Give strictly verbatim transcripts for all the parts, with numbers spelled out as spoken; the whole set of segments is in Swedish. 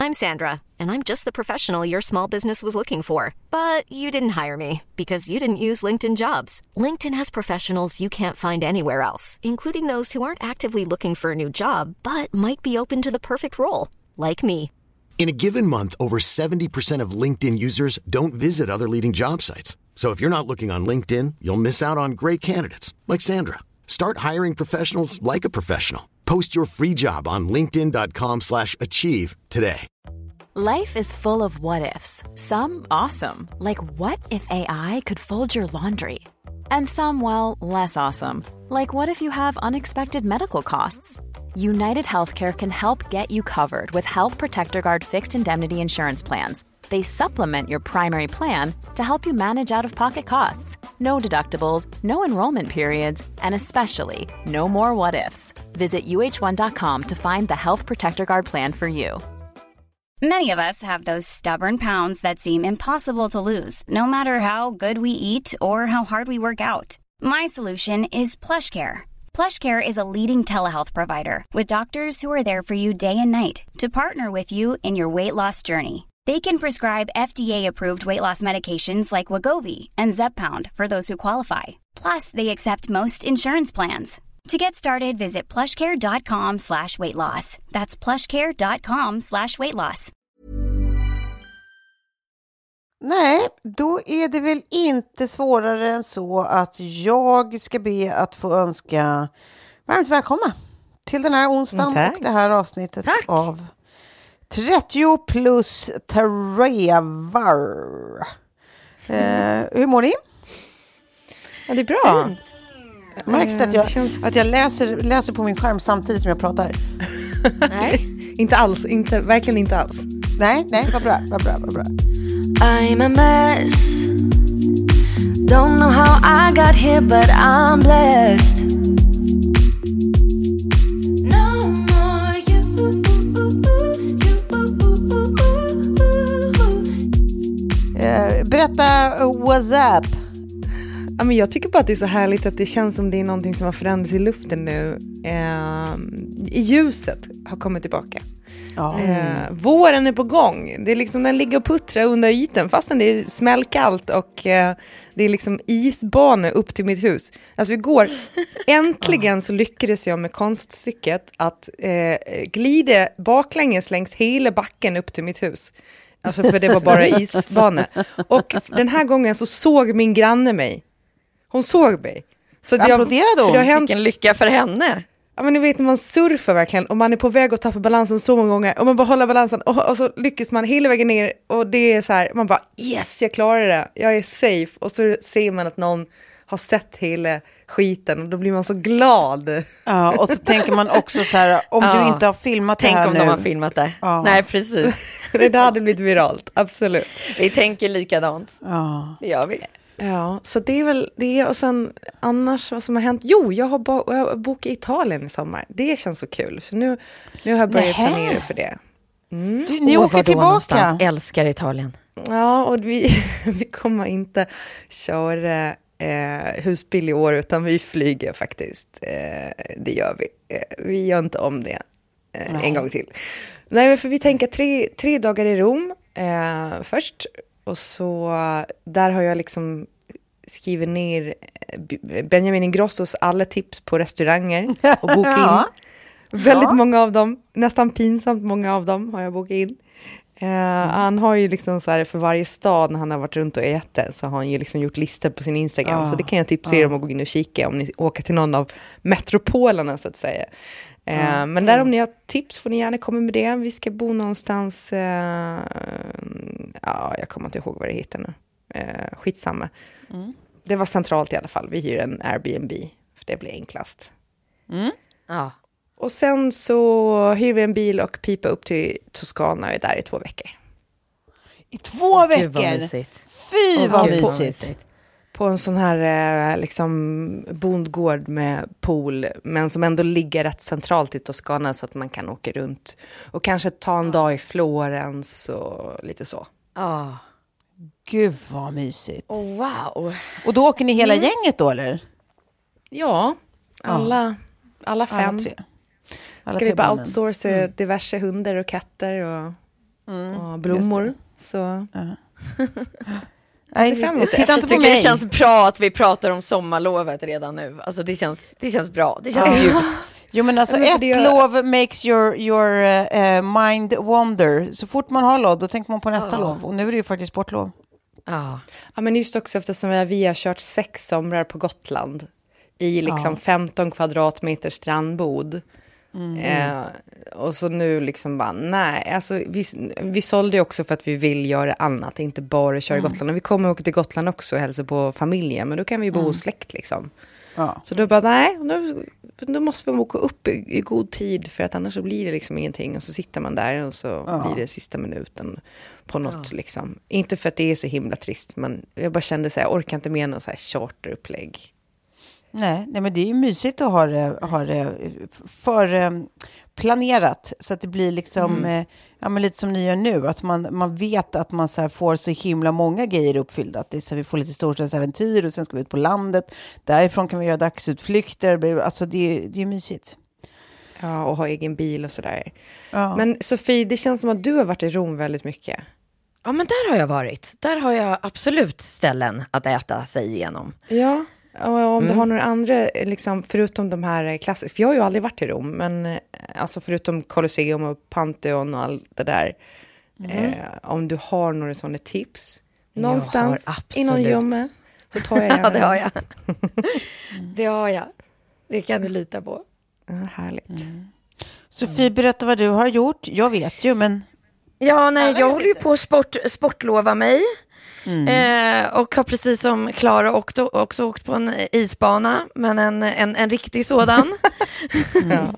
I'm Sandra, and I'm just the professional your small business was looking for. But you didn't hire me because you didn't use LinkedIn Jobs. LinkedIn has professionals you can't find anywhere else, including those who aren't actively looking for a new job, but might be open to the perfect role, like me. In a given month, over seventy percent of LinkedIn users don't visit other leading job sites. So if you're not looking on LinkedIn, you'll miss out on great candidates like Sandra. Start hiring professionals like a professional. Post your free job on linkedin dot com slash achieve today. Life is full of what-ifs. Some awesome, like what if A I could fold your laundry? And some, well, less awesome, like what if you have unexpected medical costs? United Healthcare can help get you covered with Health Protector Guard fixed indemnity insurance plans. They supplement your primary plan to help you manage out-of-pocket costs. No deductibles, no enrollment periods, and especially no more what-ifs. Visit U H one dot com to find the Health Protector Guard plan for you. Many of us have those stubborn pounds that seem impossible to lose, no matter how good we eat or how hard we work out. My solution is PlushCare. PlushCare is a leading telehealth provider with doctors who are there for you day and night to partner with you in your weight loss journey. They can prescribe F D A-approved weight loss medications like Wegovy and Zepbound for those who qualify. Plus, they accept most insurance plans. To get started, visit plushcare.com slash weight loss. That's plushcare.com slash weight loss. Nej, då är det väl inte svårare än så att jag ska be att få önska varmt välkomna till den här onsdagen Tack. och det här avsnittet Tack. av trettio plus trevar. Eh, hur mår ni? Ja, det är bra. Märks det att jag, känns... att jag läser, läser på min skärm samtidigt som jag pratar? Nej, inte alls. Inte, verkligen inte alls. Nej, nej, vad bra, vad bra, vad bra. I'm a mess. Don't know how I got here, but I'm blessed. No more you. Eh, berätta, what's up? Ja, men jag tycker bara att det är så härligt att det känns som det är någonting som har förändrats i luften nu. Eh, i ljuset har kommit tillbaka. Oh. Eh, våren är på gång. Det är liksom, den ligger och puttrar under ytan fastän det är smällkallt och eh, det är liksom isbana upp till mitt hus. Alltså igår, äntligen så lyckades jag med konststycket att eh, glida baklänges längs hela backen upp till mitt hus. Alltså för det var bara isbana. Och den här gången så såg min granne mig. Hon såg mig. Så applåderade hon? Hänt... Vilken lycka för henne. Ja, men ni vet när man surfar verkligen och man är på väg att tappa balansen så många gånger och man bara håller balansen och, och så lyckas man hela vägen ner och det är så här, man bara yes, jag klarar det, jag är safe, och så ser man att någon har sett hela skiten och då blir man så glad. Ja, och så tänker man också så här, om ja. du inte har filmat Tänk det här om nu. de har filmat det. Ja. Nej, precis. Det där hade blivit viralt, absolut. Vi tänker likadant. Ja. Det gör vi. Ja, så det är väl det. Och sen annars vad som har hänt. Jo, jag har, bo- jag har bokat Italien i sommar. Det känns så kul. Så nu, nu har jag börjat Nähä. planera för det. Mm. Du, ni oh, åker tillbaka. Någonstans? Älskar Italien. Ja, och vi, vi kommer inte köra eh, husbil i år utan vi flyger faktiskt. Eh, det gör vi. Eh, vi gör inte om det eh, en gång till. Nej, men för vi tänker tre, tre dagar i Rom eh, först. Och så där har jag liksom skrivit ner Benjamin Ingrossos alla tips på restauranger och bokat in. Ja. Väldigt ja. många av dem, nästan pinsamt många av dem har jag bokat in. Uh, mm. Han har ju liksom så här, för varje stad när han har varit runt och ätit så har han ju liksom gjort listor på sin Instagram. Ja. Så det kan jag tipsa er om att gå in och kika om ni åker till någon av metropolerna så att säga. Uh, mm. Men där om ni har tips får ni gärna komma med det. Vi ska bo någonstans, uh, ja jag kommer inte ihåg vad det heter nu. Uh, skitsamma. Mm. Det var centralt i alla fall. Vi hyr en Airbnb för det blir enklast. Mm. Ja. Och sen så hyr vi en bil och pipa upp till Toscana och är där i två veckor. I två oh, veckor? Fy vad mysigt. På en sån här liksom bondgård med pool, men som ändå ligger rätt centralt i Toscana så att man kan åka runt. Och kanske ta en dag i Florens och lite så. Ja. Oh. Gud vad mysigt. Oh, wow. Och då åker ni hela mm. gänget då eller? Ja, alla, alla fem. Alla tre. Alla Ska vi bara outsourca mm. diverse hundar och katter och mm, och blommor. Så... Uh. Nej, titta inte jag på tycker mig. Det känns bra att vi pratar om sommarlovet redan nu. Alltså det känns, det känns bra. Det känns ljust. Jo, men alltså men ett det... lov makes your, your uh, mind wander. Så fort man har lov, då tänker man på nästa ja. lov. Och nu är det ju faktiskt sportlov. Ja. Ja, men just också eftersom vi har, vi har kört sex somrar på Gotland. I liksom ja. femton kvadratmeter strandbod. Mm. Eh, och så nu liksom bara, nej, alltså vi, vi sålde också för att vi vill göra annat, inte bara köra mm. Gotland. Och vi kommer åka till Gotland också och hälsa på familjen, men då kan vi bo mm. hos släkt liksom. Ja. Så då bara, nej, då, då måste vi åka upp i, i god tid, för att annars så blir det liksom ingenting. Och så sitter man där och så ja. blir det sista minuten på något ja. liksom. Inte för att det är så himla trist, men jag bara kände så här, jag orkar inte med någon så här charterupplägg. Nej, nej, men det är ju mysigt att ha det, ha det för eh, planerat, så att det blir liksom mm. eh, ja, men lite som ni gör nu, att man, man vet att man så här får så himla många grejer uppfyllda, att det är så här, vi får lite storstadsäventyr och sen ska vi ut på landet, därifrån kan vi göra dagsutflykter, alltså det, det är mysigt. Ja, och ha egen bil och sådär. Ja. Men Sofie, det känns som att du har varit i Rom väldigt mycket. Ja, men där har jag varit. Där har jag absolut ställen att äta sig igenom. Ja. Och om Mm. du har några andra, liksom, förutom de här klassiska, för jag har ju aldrig varit i Rom, men alltså förutom Colosseum och Pantheon och allt det där, mm. eh, om du har några sådana tips någonstans i någon gömme, så tar jag gärna. Ja, det har jag. Det har jag. Det kan du lita på. Ja, härligt. Mm. Sofie, berätta vad du har gjort. Jag vet ju, men... Ja, nej, jag håller ju på att sport, sportlova mig. Mm. Eh, och har precis som Klara också, också åkt på en isbana, men en, en, en riktig sådan. mm.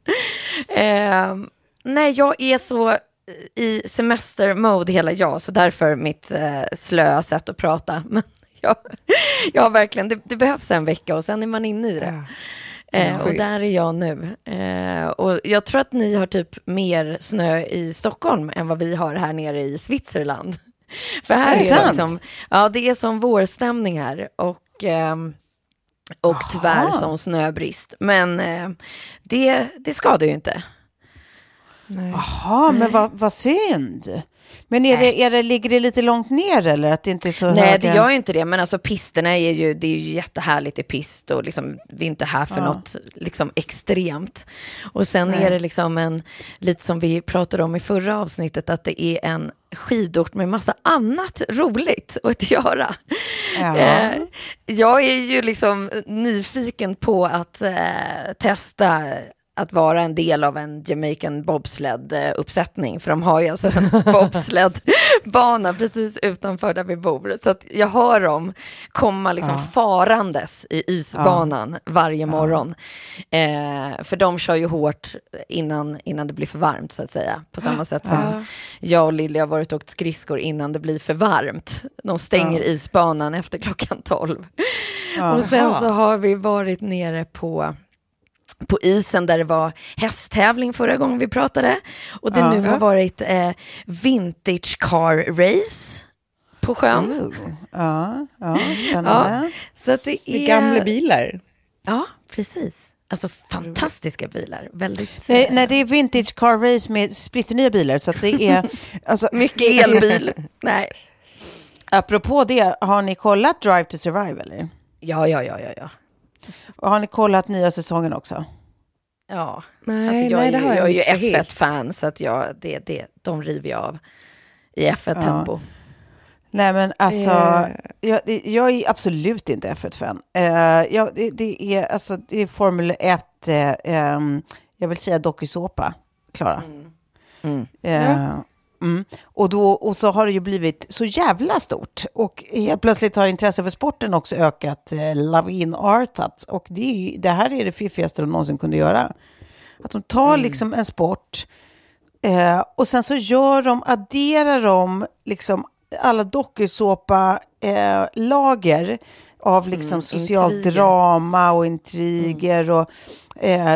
eh, nej, jag är så i semestermode hela jag, så därför mitt eh, slöa sätt att prata. Men jag, jag har verkligen, det, det behövs en vecka och sen är man inne i det. Ja. Eh, och där är jag nu. Eh, och jag tror att ni har typ mer snö i Stockholm än vad vi har här nere i Switzerland. För här är, är det liksom, ja, det är som vårstämning här och, eh, och tyvärr som snöbrist. Men eh, det, det skadar ju inte. Jaha, men vad, vad synd. Men är det, är det, ligger det lite långt ner eller att det inte är så Nej, höga? det gör ju inte det. Men alltså pisterna är ju, det är ju jättehärligt i pist och liksom, vi är inte här för ja. något liksom extremt. Och sen Nej. är det liksom en, lite som vi pratade om i förra avsnittet, att det är en skidort med massa annat roligt att göra. Ja. Eh, jag är ju liksom nyfiken på att eh, testa att vara en del av en Jamaican bobsled-uppsättning. För de har ju alltså en bobsled-bana precis utanför där vi bor. Så att jag hör dem komma liksom ja. farandes i isbanan ja. varje morgon. Ja. Eh, för de kör ju hårt innan, innan det blir för varmt, så att säga. På samma sätt som ja. jag och Lilja har varit och åkt skridskor innan det blir för varmt. De stänger ja. isbanan efter klockan tolv. Ja. Och sen så har vi varit nere på... på isen där det var hästtävling förra gången vi pratade. Och det uh-huh. nu har varit eh, vintage car race på sjön. Uh, ja, ja, ja, så att det är... gamla bilar. Ja, precis. Alltså fantastiska bilar. Väldigt... Nej, nej, det är vintage car race med splitternya bilar. Så att det är... Alltså, mycket elbil. Nej. Apropå det, har ni kollat Drive to Survive eller? Ja, ja, ja, ja, ja. Och har ni kollat nya säsongen också? Ja, nej, alltså jag, nej, är det ju, har jag jag är ju F F ett-fan, så att jag, det, det, de river jag av i F ett-tempo. Ja. Nej, men alltså, eh. jag, jag är absolut inte F ett-fan. Uh, jag, det, det, är, alltså, det är Formel ett, uh, um, jag vill säga dokusåpa, Klara. Mm. Mm. Uh, ja. Mm. Och, då, och så har det ju blivit så jävla stort. Och helt plötsligt har intresse för sporten också ökat eh, lavinartat. Och det, är ju, det här är det fiffigaste de någonsin kunde göra. Att de tar mm. liksom en sport eh, och sen så gör de, adderar de liksom alla dokusåpa eh, lager av liksom mm, socialt intriger. drama och intriger mm. och eh,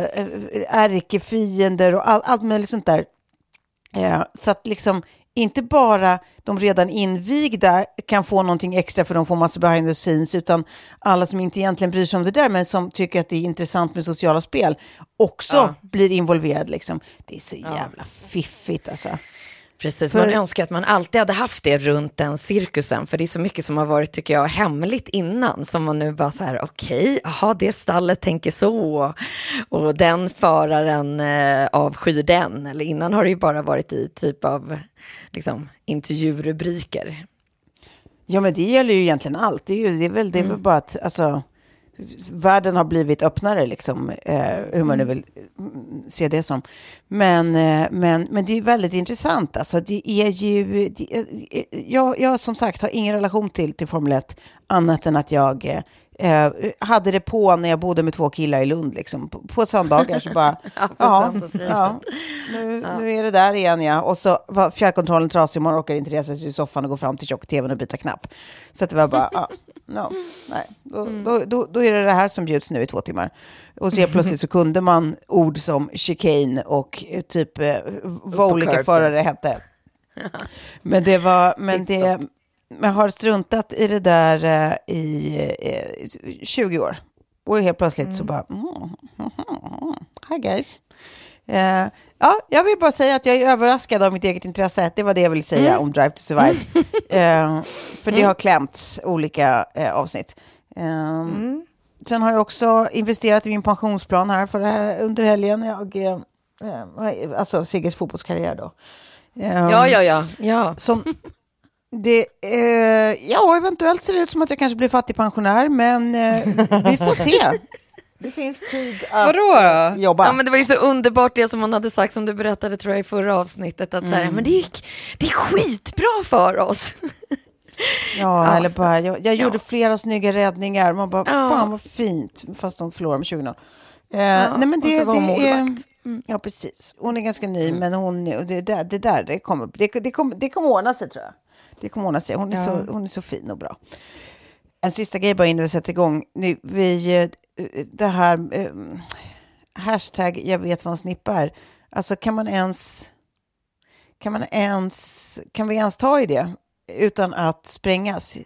ärkefiender och all, allt möjligt sånt där. Eh, så att liksom inte bara de redan invigda kan få någonting extra för de får massa behind the scenes, utan alla som inte egentligen bryr sig om det där men som tycker att det är intressant med sociala spel också ja. blir involverade liksom. Det är så jävla ja. fiffigt alltså. Precis, För... man önskar att man alltid hade haft det runt den cirkusen. För det är så mycket som har varit, tycker jag, hemligt innan. Som man nu bara så här, okej, okay, aha, det stallet tänker så. Och den föraren eh, avskyr den. Eller innan har det ju bara varit i typ av liksom, intervjurubriker. Ja, men det gäller ju egentligen allt. Det är, ju, det är, väl, det är mm. väl bara att alltså, världen har blivit öppnare, liksom, eh, hur man nu vill se det som. Men, eh, men, men det är ju väldigt intressant. Alltså, det är ju, det, jag, jag som sagt har ingen relation till, till Formel ett annat än att jag eh, hade det på när jag bodde med två killar i Lund. Liksom. På, på söndagar så bara, ja, ja, ja nu, ja. nu är det där igen, ja. Och så var fjärrkontrollen trasig och man orkar inte resa sig i soffan och gå fram till tjock-tvn och byta knapp. Så att det var bara, ja. No, nej. Då, mm. då, då, då är det det här som bjuds nu i två timmar. Och så plötsligt så kunde man ord som chicane och typ eh, vad olika förare hette. Men det var, men det, man har struntat i det där eh, i eh, tjugo år. Och helt plötsligt mm. så bara, mm, mm, mm, hi guys. Eh, ja, jag vill bara säga att jag är överraskad av mitt eget intresse. Det var det jag ville säga mm. om Drive to Survive. eh, för det har klämts olika eh, avsnitt. Eh, mm. Sen har jag också investerat i min pensionsplan här, för det här under helgen. Jag, eh, alltså Sigges fotbollskarriär då. Eh, ja, ja, ja. ja. Som, det, eh, ja, eventuellt ser det ut som att jag kanske blir fattigpensionär, men eh, vi får se. Det finns tid att Vadå? jobba. Ja, men det var ju så underbart det som man hade sagt, som du berättade tror jag i förra avsnittet, att mm. så här, men det är, det är skitbra för oss. Ja, ja eller bara, jag, jag ja. gjorde flera snygga räddningar. Man bara, ja. fan vad fint. Fast de förlorar med tjugo noll. Eh, ja, nej, men det, det är... Mm. Ja, precis. Hon är ganska ny, mm. men hon, det, det, det där, det kommer, det, det, kommer, det kommer ordna sig, tror jag. Det kommer ordna sig. Hon är, ja. så, hon är så fin och bra. En sista grej bara innan vi sätter igång. Nu, vi, det här, eh, hashtag, jag vet vad en snippa är. Alltså, kan man ens, kan man ens, kan vi ens ta i det utan att sprängas?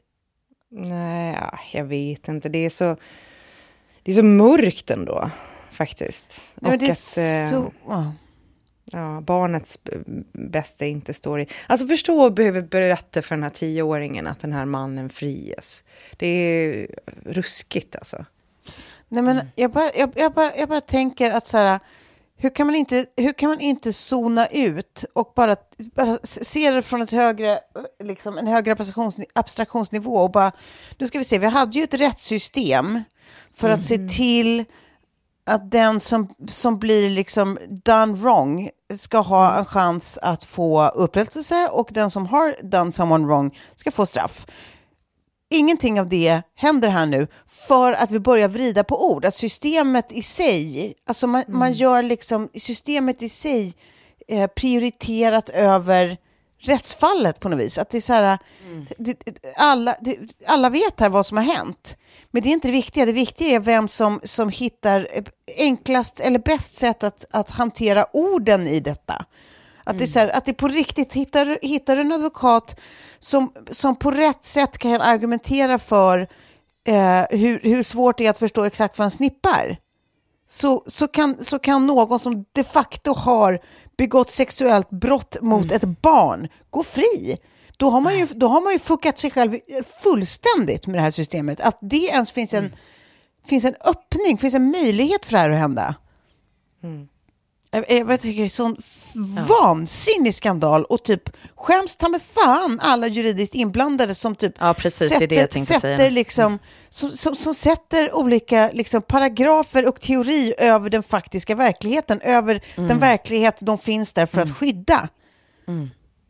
Nej, jag vet inte. Det är så, det är så mörkt ändå, faktiskt. Nej, och det är att, så... Ja. Ja, barnets bästa inte står i... Alltså förstå och behöver berätta för den här tioåringen att den här mannen frias. Det är ruskigt, alltså. Nej, men jag bara, jag, jag bara, jag bara tänker att så här... Hur kan man inte, hur kan man inte zona ut och bara, bara se det från ett högre, liksom en högre abstraktionsnivå och bara, nu ska vi se, vi hade ju ett rättssystem för att mm. se till att den som, som blir liksom done wrong ska ha en chans att få upprättelse, och den som har done someone wrong ska få straff. Ingenting av det händer här nu, för att vi börjar vrida på ord. Att systemet i sig, alltså man, mm. man gör liksom systemet i sig eh, prioriterat över rättsfallet på något vis. Att det är så här, mm. det, alla, det, alla vet här vad som har hänt. Men det är inte det viktiga. Det viktiga är vem som, som hittar enklast eller bäst sätt att, att hantera orden i detta. Att, mm. det är så här, att det på riktigt hittar, hittar en advokat som, som på rätt sätt kan argumentera för eh, hur, hur svårt det är att förstå exakt vad en snippar. Så, så, kan, så kan någon som de facto har begått sexuellt brott mot mm. ett barn gå fri. Då har man ju, då har man ju fuckat sig själv fullständigt med det här systemet. Att det ens finns en, mm. finns en öppning, finns en möjlighet för det här att hända. Mm. Jag, jag tycker det är sån ja. vansinnig skandal, och typ skäms ta med fan alla juridiskt inblandade som typ ja, precis, sätter, det är det jag tänkte sätter säga. liksom mm. som, som, som sätter olika liksom paragrafer och teori över den faktiska verkligheten, över mm. den verklighet de finns där för mm. att skydda. Mm.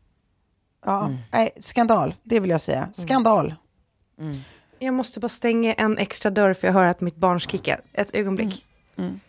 Ja, mm. nej, skandal, det vill jag säga. Skandal. Mm. Jag måste bara stänga en extra dörr, för jag hör att mitt barn skriker. Ett ögonblick. Mm. Mm.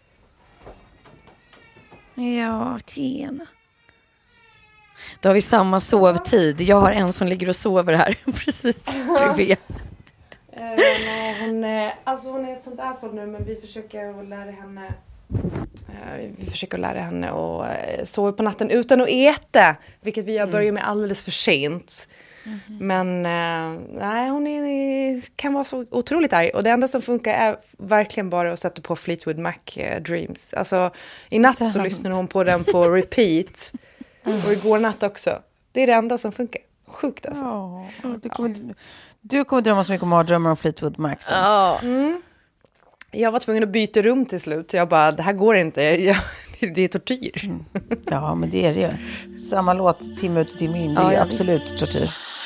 Ja, tjena. Då har vi samma sovtid. Jag har en som ligger och sover här precis bredvid. uh, nej, hon, är, alltså hon är ett sånt asshole nu, men vi försöker att lära henne uh, vi försöker att lära henne att uh, sova på natten utan att äta, vilket vi har börjat mm. med alldeles för sent. Mm-hmm. Men uh, nej, hon är, kan vara så otroligt arg. Och det enda som funkar är verkligen bara att sätta på Fleetwood Mac uh, Dreams. Alltså i natt så lyssnade hon på den på repeat. Mm. Och igår natt också. Det är det enda som funkar. Sjukt alltså. Ja, du, kommer, du kommer drömma så mycket om mardrömmar om Fleetwood Mac. Ja. Mm. Jag var tvungen att byta rum till slut. Så jag bara, det här går inte. Jag, det är tortyr. Mm. Ja, men det är det ju. Samma låt, timme ut och timme in. Det är ja, ju ja, absolut visst. Tortyr.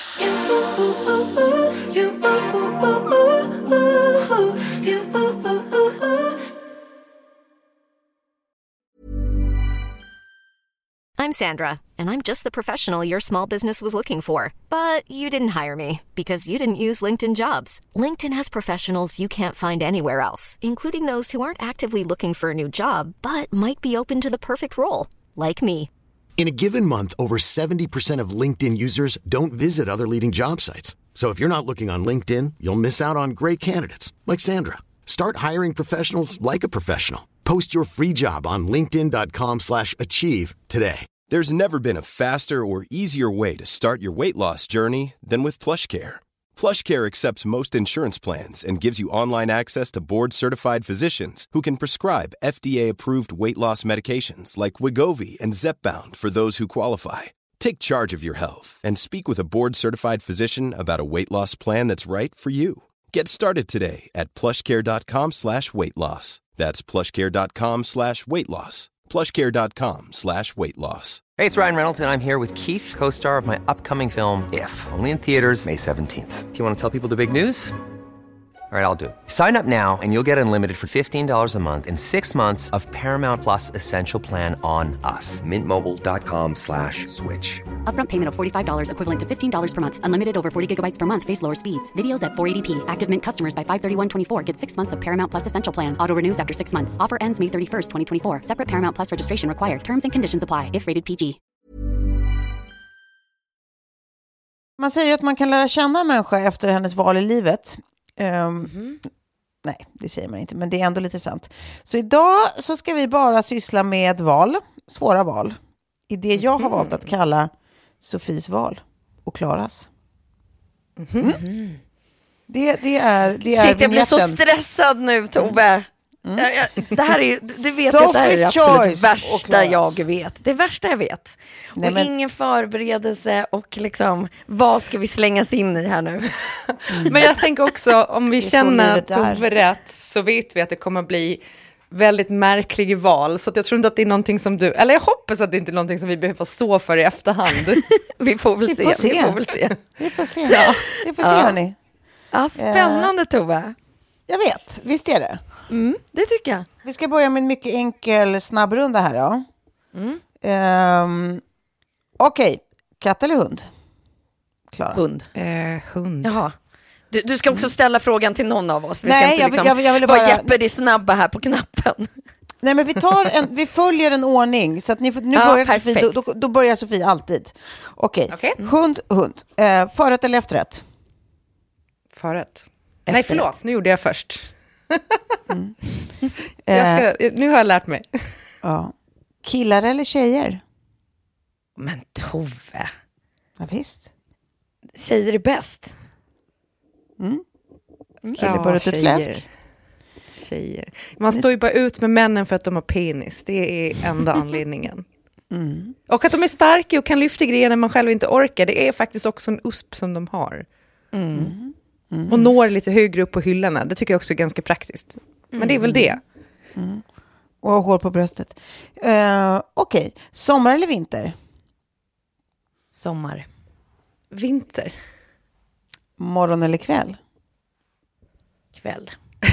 I'm Sandra, and I'm just the professional your small business was looking for. But you didn't hire me because you didn't use LinkedIn Jobs. LinkedIn has professionals you can't find anywhere else, including those who aren't actively looking for a new job, but might be open to the perfect role, like me. In a given month, over seventy percent of LinkedIn users don't visit other leading job sites. So if you're not looking on LinkedIn, you'll miss out on great candidates like Sandra. Start hiring professionals like a professional. Post your free job on linkedin dot com slash achieve today. There's never been a faster or easier way to start your weight loss journey than with PlushCare. PlushCare accepts most insurance plans and gives you online access to board-certified physicians who can prescribe F D A-approved weight loss medications like Wegovy and Zepbound for those who qualify. Take charge of your health and speak with a board-certified physician about a weight loss plan that's right for you. Get started today at plushcare.com slash weight loss. That's plushcare.com slash weight loss. plushcare.com slash weight loss. Hey, it's Ryan Reynolds, and I'm here with Keith, co-star of my upcoming film, If, only in theaters May seventeenth. Do you want to tell people the big news? All right, I'll do it. Sign up now and you'll get unlimited for fifteen dollars a month and six months of Paramount Plus Essential Plan on us. Mint Mobile dot com slash switch. Upfront payment of forty-five dollars equivalent to fifteen dollars per month. Unlimited over forty gigabytes per month. Face lower speeds. Videos at four eighty p. Active Mint customers by five thirty-one twenty-four get six months of Paramount Plus Essential Plan. Auto renews after six months. Offer ends May thirty-first, twenty twenty-four. Separate Paramount Plus registration required. Terms and conditions apply if rated P G. Man säger att man kan lära känna en människa efter hennes val i livet. Um, mm-hmm. Nej, det säger man inte, men det är ändå lite sant. Så idag så ska vi bara syssla med val, svåra val. I det jag har valt att kalla Sofies val och Klaras. Mm. Mm. Det, det är det är Shit, jag blir så stressad nu, Tobbe. Mm. Jag, jag, det här är ju, du vet Sophie's att det här är det absolut värsta jag Klaras. vet. Det värsta jag vet. Nej, och men... ingen förberedelse och liksom, vad ska vi slängas in i här nu? Mm. Men jag tänker också, om vi känner Tove rätt så vet vi att det kommer bli väldigt märklig val. Så att jag tror inte att det är någonting som du, eller jag hoppas att det inte är någonting som vi behöver stå för i efterhand. vi får väl vi se. Får se. Vi får väl se. Vi får se. Ja. Vi får se, ja. Hörni. Ja, spännande, uh, Tove. Jag vet, visst är det. Mm, det tycker jag. Vi ska börja med en mycket enkel snabbrunda här då. Mm. Um, Okej, okay. Katt eller hund? Klara. Hund. Eh, hund. Jaha. Du, du ska också ställa frågan till någon av oss. Vi Nej, ska inte jag, liksom jag, jag vill bara... vara Jeopardy snabba här på knappen. Nej, men vi, tar en, vi följer en ordning. Så att ni, nu ja, börjar Sofie, då, då, då börjar Sofie alltid. Okej, okay. okay. mm. hund, hund. Eh, förrätt eller efterrätt? Förrätt. Efterrätt. Nej, förlåt. Nu gjorde jag först. mm. jag ska, nu har jag lärt mig. Ja. Killar eller tjejer? Men Tove. Ja, visst. Tjejer är bäst. Mm. Killar bara ut ett fläsk. Tjejer. Man står ju bara ut med männen för att de har penis. Det är enda anledningen. Mm. Och att de är starka och kan lyfta grejer när man själv inte orkar. Det är faktiskt också en U S P som de har. Mm. Mm. Och når lite högre upp på hyllorna. Det tycker jag också är ganska praktiskt. Men mm. det är väl det. Mm. Och hår på bröstet. Uh, Okej, okay. Sommar eller vinter? Sommar. Vinter. Morgon eller kväll? Kväll.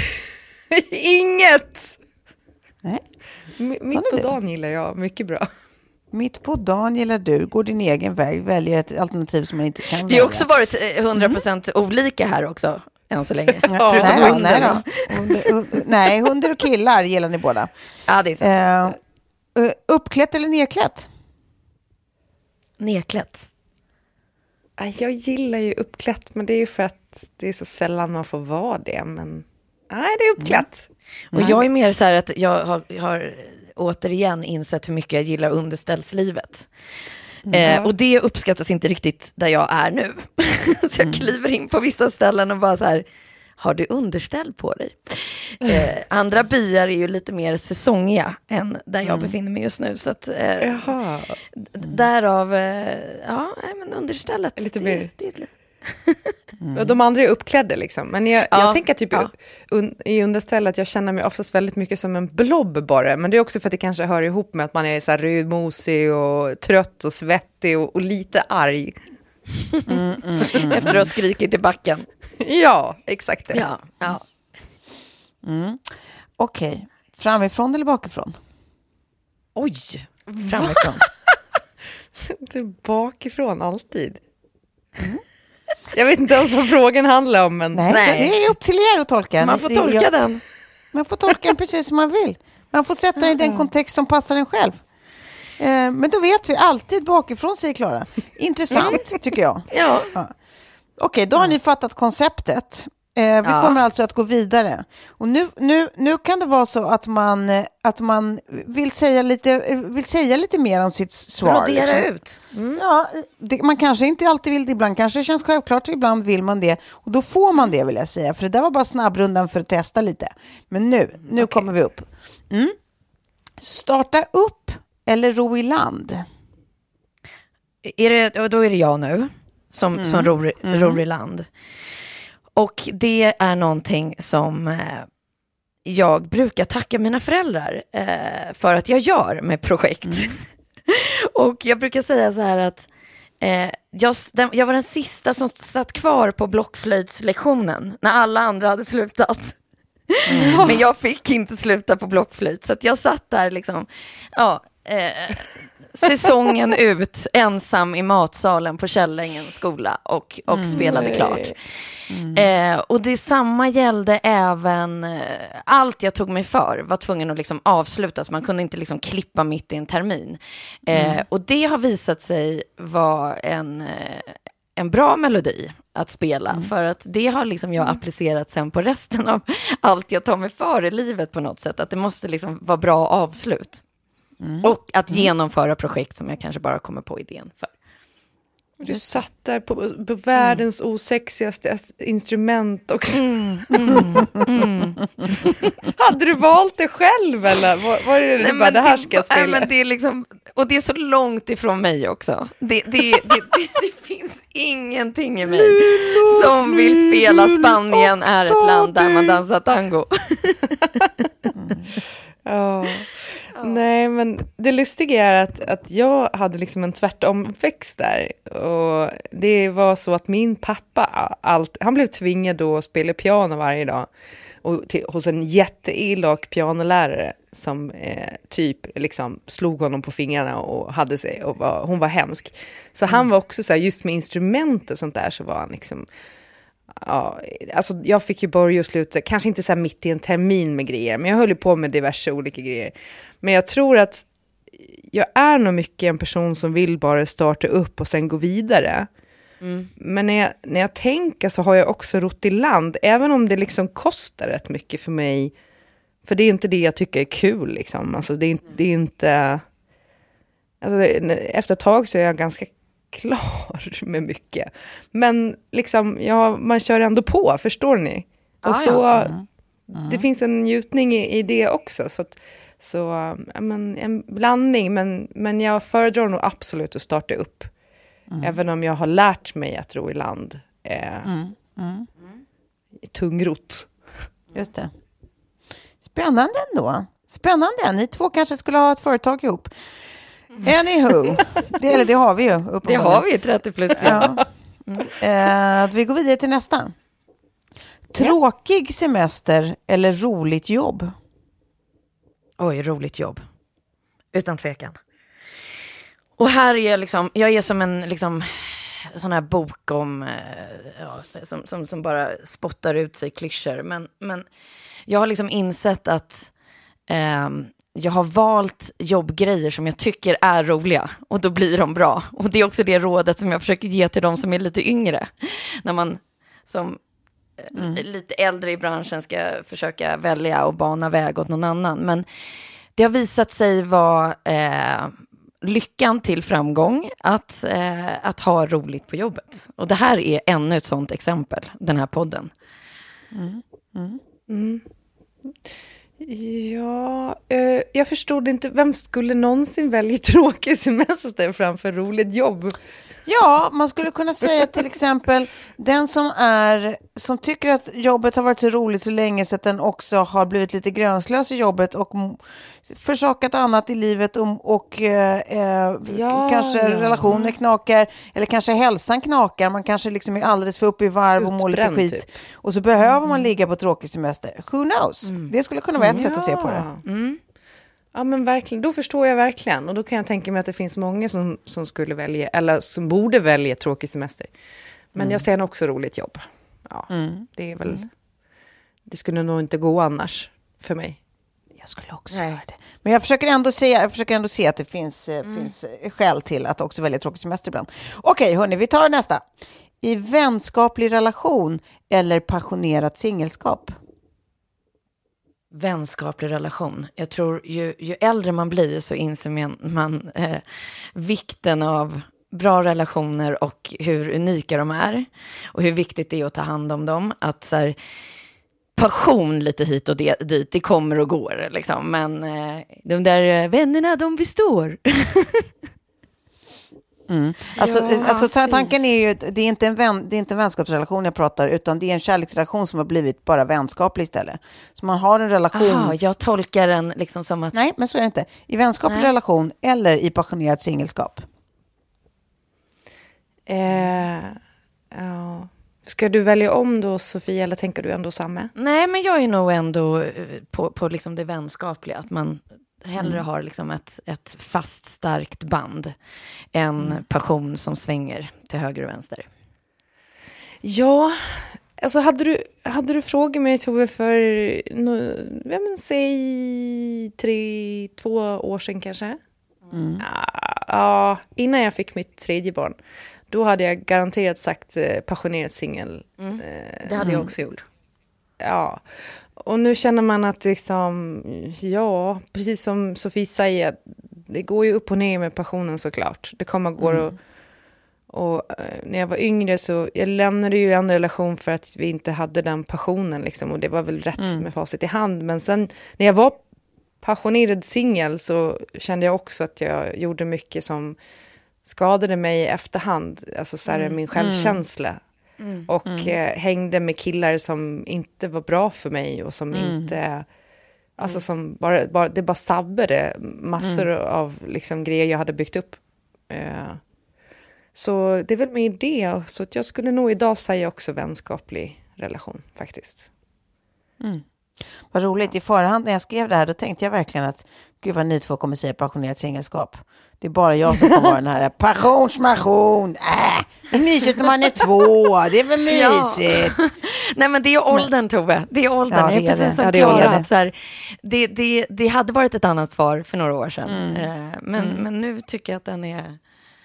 Inget! Nej. M- mitt på dagen gillar jag mycket bra. Mitt på dagen gillar du, går din egen väg, väljer ett alternativ som man inte kan välja. Det har också varit hundra procent mm. olika här också, än så länge. Ja, nej, då, nej, då. Hunder, nej, hundar och killar gillar ni båda. Ja, det är sant. Uh, uh, uppklätt eller nerklätt? Nerklätt. Jag gillar ju uppklätt, men det är ju för att det är så sällan man får vara det. Men nej, det är uppklätt. Mm. Och jag är mer så här att jag har, jag har återigen insett hur mycket jag gillar underställslivet. Mm. Eh, och det uppskattas inte riktigt där jag är nu. Så jag kliver in på vissa ställen och bara så här, har du underställ på dig? Eh, andra byar är ju lite mer säsongiga än där jag mm. befinner mig just nu. Så att, eh, Jaha. D- därav, eh, ja, men understället. Lite det, mer. det, det, Mm. De andra är uppklädda liksom. Men jag, ja, jag tänker typ ja. un, i underställ att jag känner mig oftast väldigt mycket som en blob bara. Men det är också för att det kanske hör ihop med att man är så här rödmosig och trött och svettig och, och lite arg. Mm, mm, mm. Efter att ha skrikit i backen. Ja, exakt det. Ja, ja. Mm. Okej, okay. Framifrån eller bakifrån? Oj, framifrån. Det är bakifrån alltid. Mm. Jag vet inte ens vad frågan handlar om. Men... Nej, Nej, det är upp till er att tolka. Man får det, tolka jag, den. Man får tolka den precis som man vill. Man får sätta den i den kontext som passar en själv. Eh, men då vet vi alltid bakifrån, säger Klara. Intressant, tycker jag. Ja. Ja. Okej, okay, då har ni fattat konceptet. Eh, vi ja. kommer alltså att gå vidare. Och nu, nu, nu kan det vara så att man, att man vill, säga lite, vill säga lite mer om sitt svar. Brodera liksom. ut. Mm. Ja, det, man kanske inte alltid vill det. Ibland kanske det känns självklart. Ibland vill man det. Och då får man det, vill jag säga. För det där var bara snabbrundan för att testa lite. Men nu, nu okay. kommer vi upp. Mm. Starta upp eller ro i land? Är det, då är det jag nu som, mm. som ror, mm. ror i land. Och det är någonting som eh, jag brukar tacka mina föräldrar eh, för att jag gör med projekt. Mm. Och jag brukar säga så här att eh, jag, den, jag var den sista som satt kvar på blockflöjtslektionen när alla andra hade slutat. Mm. Men jag fick inte sluta på blockflöjt, så att jag satt där liksom, ja... Eh, säsongen ut ensam i matsalen på Källängens skola och, och mm. spelade klart. Mm. Eh, och det samma gällde även eh, allt jag tog mig för var tvungen att liksom avslutas. Man kunde inte liksom klippa mitt i en termin. Eh, mm. Och det har visat sig vara en, eh, en bra melodi att spela. Mm. För att det har liksom jag applicerat sen på resten av allt jag tar mig för i livet på något sätt. Att det måste liksom vara bra avslut. Mm. Och att mm. genomföra projekt som jag kanske bara kommer på idén för. Du satt där på, på världens mm. osexigaste instrument också. Mm. Mm. Mm. Hade du valt det själv eller? Var, var det, nej, bara, det här ska jag spela? Nej, men det är liksom, och det är så långt ifrån mig också. Det, det, det, det, det finns ingenting i mig som vill spela Spanien är ett land där man dansar tango. mm. Ja. Oh. Nej, men det lustiga är att, att jag hade liksom en tvärtomväxt där. Och det var så att min pappa, allt, han blev tvingad då att spela piano varje dag. Och till, hos en jätteelak pianolärare som eh, typ liksom slog honom på fingrarna och hade sig. Och var, hon var hemsk. Så mm. han var också så här, just med instrument och sånt där så var han liksom... Ja, alltså jag fick ju börja och sluta, kanske inte så här mitt i en termin med grejer, men jag höll ju på med diverse olika grejer. Men jag tror att jag är nog mycket en person som vill bara starta upp och sen gå vidare. Mm. Men när jag, när jag tänker så har jag också rott i land, även om det liksom kostar rätt mycket för mig. För det är inte det jag tycker är kul liksom. Alltså det är, det är inte... Alltså, efter ett tag så är jag ganska klar med mycket. Men liksom, ja, man kör ändå på, förstår ni? Och ah, så, ja. mm. Mm. det finns en njutning i, i det också. Så, att, så ja, men, en blandning, men, men jag föredrar nog absolut att starta upp. Mm. Även om jag har lärt mig att ro i land. Eh, mm. Mm. Tungrot. Just det. Spännande ändå. Spännande. Ni två kanske skulle ha ett företag ihop. Anywho, det, eller det har vi ju. Det har vi, trettio plus. Ja. Mm. Eh, vi går vidare till nästa. Tråkig semester eller roligt jobb? Oj, roligt jobb. Utan tvekan. Och här är jag liksom, jag är som en liksom, sån här bok om, ja, som, som, som bara spottar ut sig klyschor. Men, men jag har liksom insett att eh, jag har valt jobbgrejer som jag tycker är roliga. Och då blir de bra. Och det är också det rådet som jag försöker ge till de som är lite yngre. När man som mm. lite äldre i branschen ska försöka välja och bana väg åt någon annan. Men det har visat sig vara eh, lyckan till framgång att, eh, att ha roligt på jobbet. Och det här är ännu ett sånt exempel, den här podden. Mm. Mm. Mm. Ja, eh, jag förstod inte. Vem skulle någonsin välja tråkig semester framför roligt jobb? Ja, man skulle kunna säga till exempel den som är som tycker att jobbet har varit så roligt så länge så att den också har blivit lite grönslös i jobbet och m- försakat annat i livet och, och eh, Ja, kanske ja. relationer knakar eller kanske hälsan knakar. Man kanske liksom är alldeles för uppe i varv och mår lite Utbränd, skit. typ. Och så behöver man ligga på tråkig semester. Who knows? Det skulle kunna vara ett sätt att se på det. Mm. Ja, men verkligen. Då förstår jag verkligen. Och då kan jag tänka mig att det finns många som, som skulle välja, eller som borde välja tråkig semester. Men Mm. jag ser också roligt jobb. Ja, Mm. det är väl... Mm. Det skulle nog inte gå annars för mig. Jag skulle också göra det. Men jag försöker ändå se, jag försöker ändå se att det finns, mm. finns skäl till att också välja tråkig semester ibland. Okej, hörni, vi tar nästa. I vänskaplig relation eller passionerat singelskap? Vänskaplig relation. Jag tror ju, ju äldre man blir så inser man, man eh, vikten av bra relationer och hur unika de är. Och hur viktigt det är att ta hand om dem. Att så här, passion lite hit och det, dit, det kommer och går. Liksom. Men eh, de där vännerna, de består. Mm. Alltså, Ja, alltså tanken precis. är ju, det är inte en vän, det är inte en vänskapsrelation jag pratar, utan det är en kärleksrelation som har blivit bara vänskaplig istället. Så man har en relation. Aha, jag tolkar den liksom som att... Nej, men så är det inte. I vänskaplig Nej. relation eller i passionerat singelskap. Eh, ja. Ska du välja om då, Sofia, eller tänker du ändå samma? Nej, men jag är nog ändå eh, på, på liksom det vänskapliga. Att man hellre Mm. har liksom ett, ett fast, starkt band än Mm. passion som svänger till höger och vänster. Ja, alltså hade du, hade du frågat mig, Tove, för no, ja, men, säg tre, två år sedan kanske? Mm. Ja, ja, innan jag fick mitt tredje barn. Då hade jag garanterat sagt eh, passionerat singel. Mm. Eh, Det hade jag också gjort. Ja, och nu känner man att liksom, ja, precis som Sofie säger, det går ju upp och ner med passionen såklart. Det kommer gå Mm. och, och eh, när jag var yngre så, jag lämnade ju en relation för att vi inte hade den passionen liksom, och det var väl rätt Mm. med facit i hand. Men sen när jag var passionerad singel så kände jag också att jag gjorde mycket som skadade mig i efterhand, alltså så här, Mm. min självkänsla. Mm. Och Mm. eh, hängde med killar som inte var bra för mig och som Mm. inte, alltså som bara, bara, det bara sabbade massor Mm. av liksom grejer jag hade byggt upp. Eh, så det är väl min idé, så att jag skulle nog idag säga också vänskaplig relation faktiskt. Mm. Vad roligt, i förhand när jag skrev det här då tänkte jag verkligen att gud vad ni två kommer säga passionerat singelskap. Det är bara jag som kommer vara den här passionsmation. Äh, det är mysigt när man är två. Det är väl mysigt. Ja. Nej, men det är åldern, Tove. Det är åldern. Ja, det jag är är precis det. som Ja, det är Klara. det. Att så här, det, det, det hade varit ett annat svar för några år sedan. Mm. Eh, men, Mm. men nu tycker jag att den är...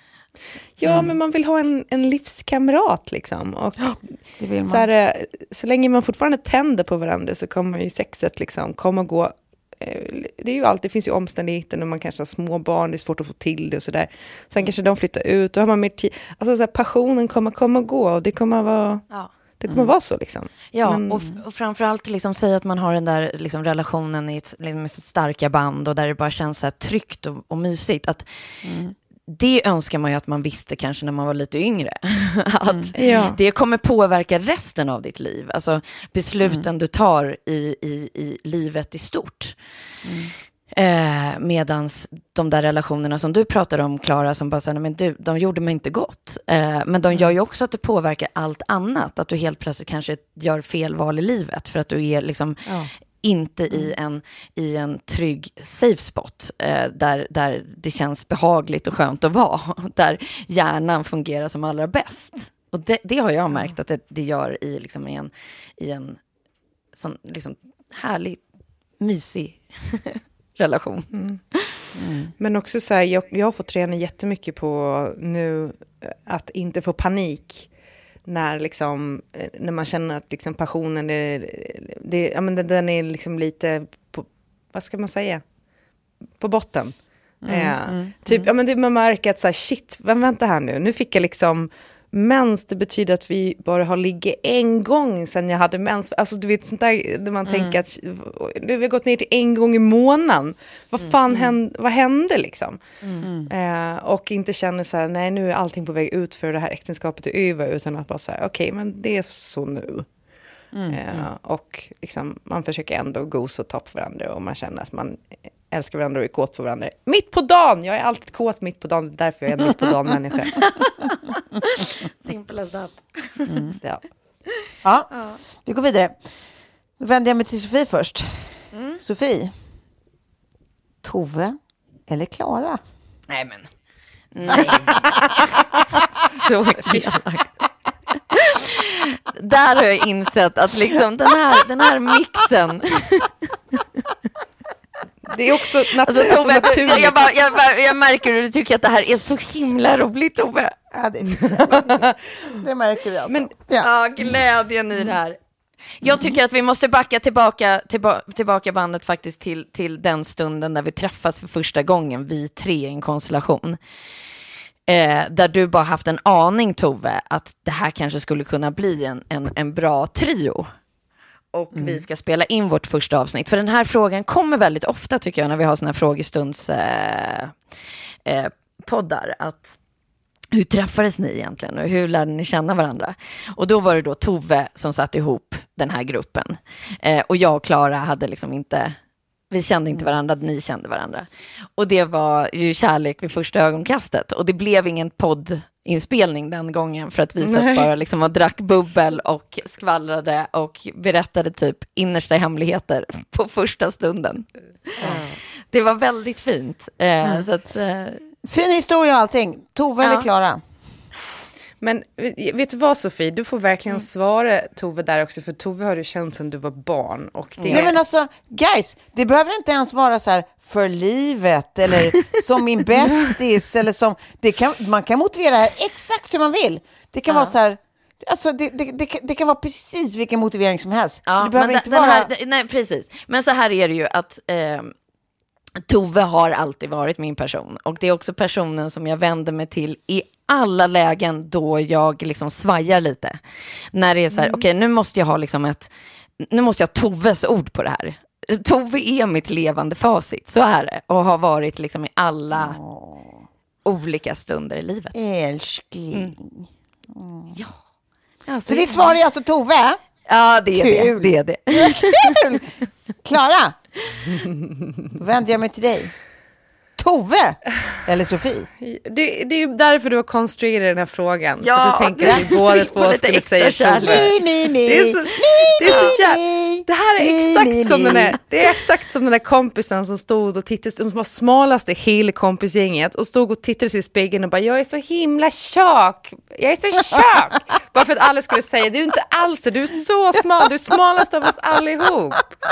Ja, Mm. men man vill ha en, en livskamrat liksom. Och Det vill man. så, här, eh, så länge man fortfarande tänder på varandra så kommer ju sexet liksom komma och gå. Eh, Det är ju alltid, det finns ju omständigheter när man kanske har små barn, det är svårt att få till det och sådär. Sen kanske de flyttar ut, då har man mer tid. Alltså så här, passionen kommer komma och gå och det kommer vara, Ja. det kommer vara så liksom. Ja, Men- och, och framförallt liksom säga att man har den där liksom relationen i ett, liksom, med så starka band och där det bara känns så här tryggt och, och mysigt. Att Mm. det önskar man ju att man visste kanske när man var lite yngre. Att Ja. det kommer påverka resten av ditt liv. Alltså besluten Mm. du tar i, i, i livet i stort. Mm. Eh, medans de där relationerna som du pratar om, Klara, som bara säger, men du, de gjorde mig inte gott. Eh, men de gör ju också att det påverkar allt annat. Att du helt plötsligt kanske gör fel val i livet för att du är liksom Ja. inte i en, i en trygg safe spot eh, där, där det känns behagligt och skönt att vara. Där hjärnan fungerar som allra bäst. Och det, det har jag märkt att det, det gör i, liksom, i en, i en sån liksom, härlig, mysig relation. Mm. Mm. Men också så här, jag, jag har fått träna jättemycket på nu eh, att inte få panik när liksom eh, när man känner att liksom passionen det, det, ja, men den, den är liksom lite på, vad ska man säga, på botten. Mm, eh, mm, typ, ja, men det, man märker att så här, shit, men vänta här nu, nu fick jag liksom mens, det betyder att vi bara har ligget en gång sen jag hade mens. Alltså du vet sånt där, där man mm. tänker att vi har gått ner till en gång i månaden. Vad fan mm. hände, vad hände liksom? Mm. Eh, och inte känner så här, nej nu är allting på väg ut för det här äktenskapet är över, utan att bara säga, okej okay, men det är så nu. Mm. Eh, och liksom, man försöker ändå gosa och ta på varandra och man känner att man älskar varandra och är kåt på varandra. Mitt på dagen! Jag är alltid kåt mitt på dagen. Därför jag är en mitt på dagen-människa. Simple as that. Mm. Ja. Ja, ja, vi går vidare. Då vänder jag mig till Sofie först. Mm. Sofie. Tove eller Klara? Nej, men. Nej. Så elakt. Där har jag insett att liksom den här, den här mixen... Det är också nat- alltså, Tove, alltså naturligt. Jag, jag, bara, jag, bara, jag märker att du tycker att det här är så himla roligt, Tove. Ja, det, det märker du alltså. Men, ja. ja, glädjen i det här. Jag tycker att vi måste backa tillbaka, tillba- tillbaka bandet faktiskt till, till den stunden när vi träffas för första gången, vi tre i en konstellation. Eh, där du bara haft en aning, Tove, att det här kanske skulle kunna bli en, en, en bra trio. Och mm. vi ska spela in vårt första avsnitt. För den här frågan kommer väldigt ofta, tycker jag, när vi har såna här frågestunds eh, eh, poddar. Att hur träffades ni egentligen? Och hur lärde ni känna varandra? Och då var det då Tove som satt ihop den här gruppen. Eh, och jag och Klara hade liksom inte... Vi kände inte varandra, ni kände varandra. Och det var ju kärlek vid första ögonkastet. Och det blev ingen poddinspelning den gången. För att vi satt bara liksom och drack bubbel och skvallrade och berättade typ innersta hemligheter på första stunden. Mm. Det var väldigt fint. Eh, mm. så att, eh... Fin historia och allting. Tove ja. eller Klara? Men vet du vad, Sofie? Du får verkligen mm. svara Tove där också. För Tove har du känt sedan du var barn. Och det... Nej men alltså, guys, det behöver inte ens vara så här för livet. Eller som min bästis. Eller som, det kan, man kan motivera det här exakt hur man vill. Det kan ja. vara så här... Alltså det, det, det, det kan vara precis vilken motivering som helst. Ja, så det behöver men inte den vara... här, nej, precis. Men så här är det ju att... Eh... Tove har alltid varit min person. Och det är också personen som jag vänder mig till i alla lägen då jag liksom svajar lite. När det är så här, mm. okej, okay, nu måste jag ha liksom ett... Nu måste jag ha Toves ord på det här. Tove är mitt levande facit, så är det. Och har varit liksom i alla oh. olika stunder i livet. Älskling. Mm. Mm. Ja. Alltså, så ditt svar är alltså Tove? Ja, det är Kul. det. det, är det. Kul! Klara? Då vänder jag mig till dig. Tove eller Sofie? Det, det är ju därför du har konstruerat den här frågan. Ja, för du tänker att vi båda två skulle säga Tove. Mi, mi, mi. Det är så, det är så jä- Det här är exakt mi, som mi. den är. Det är exakt som den där kompisen som stod och tittade, som var smalast i hela kompisgänget och stod och tittade sig i spegeln och bara, jag är så himla tjock. Jag är så tjock. Bara för att alla skulle säga, det är inte alls det. Du är så smal. Du är smalast av oss allihop.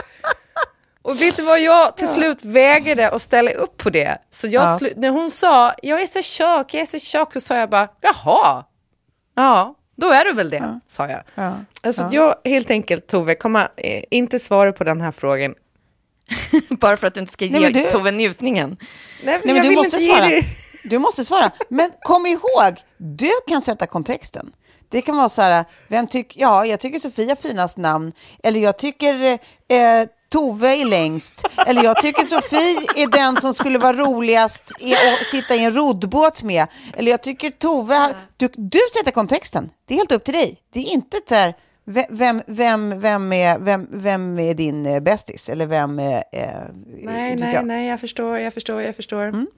Och vet du vad, jag till slut vägrade att ställa upp på det. Så jag ja. slu- när hon sa, jag är så tjock, jag är så tjock, så sa jag bara, jaha. Ja, då är du väl det, ja. sa jag. Ja. Alltså ja. jag helt enkelt, Tove, kommer eh, inte svara på den här frågan. Bara för att du inte ska ge Nej, du... Tove njutningen. Nej, men, Nej, men du måste svara. Du måste svara. Men kom ihåg, du kan sätta kontexten. Det kan vara så här, vem tycker, ja, jag tycker Sofia har finast namn. Eller jag tycker... Eh, Tove är längst. Eller jag tycker Sofie är den som skulle vara roligast att sitta i en roddbåt med. Eller jag tycker Tove har... Du, du sätter kontexten. Det är helt upp till dig. Det är inte så här... Vem, vem, vem, är, vem, vem är din bästis? Eller vem är... Eh, nej, nej, jag? nej. Jag förstår, jag förstår, jag förstår. Mm.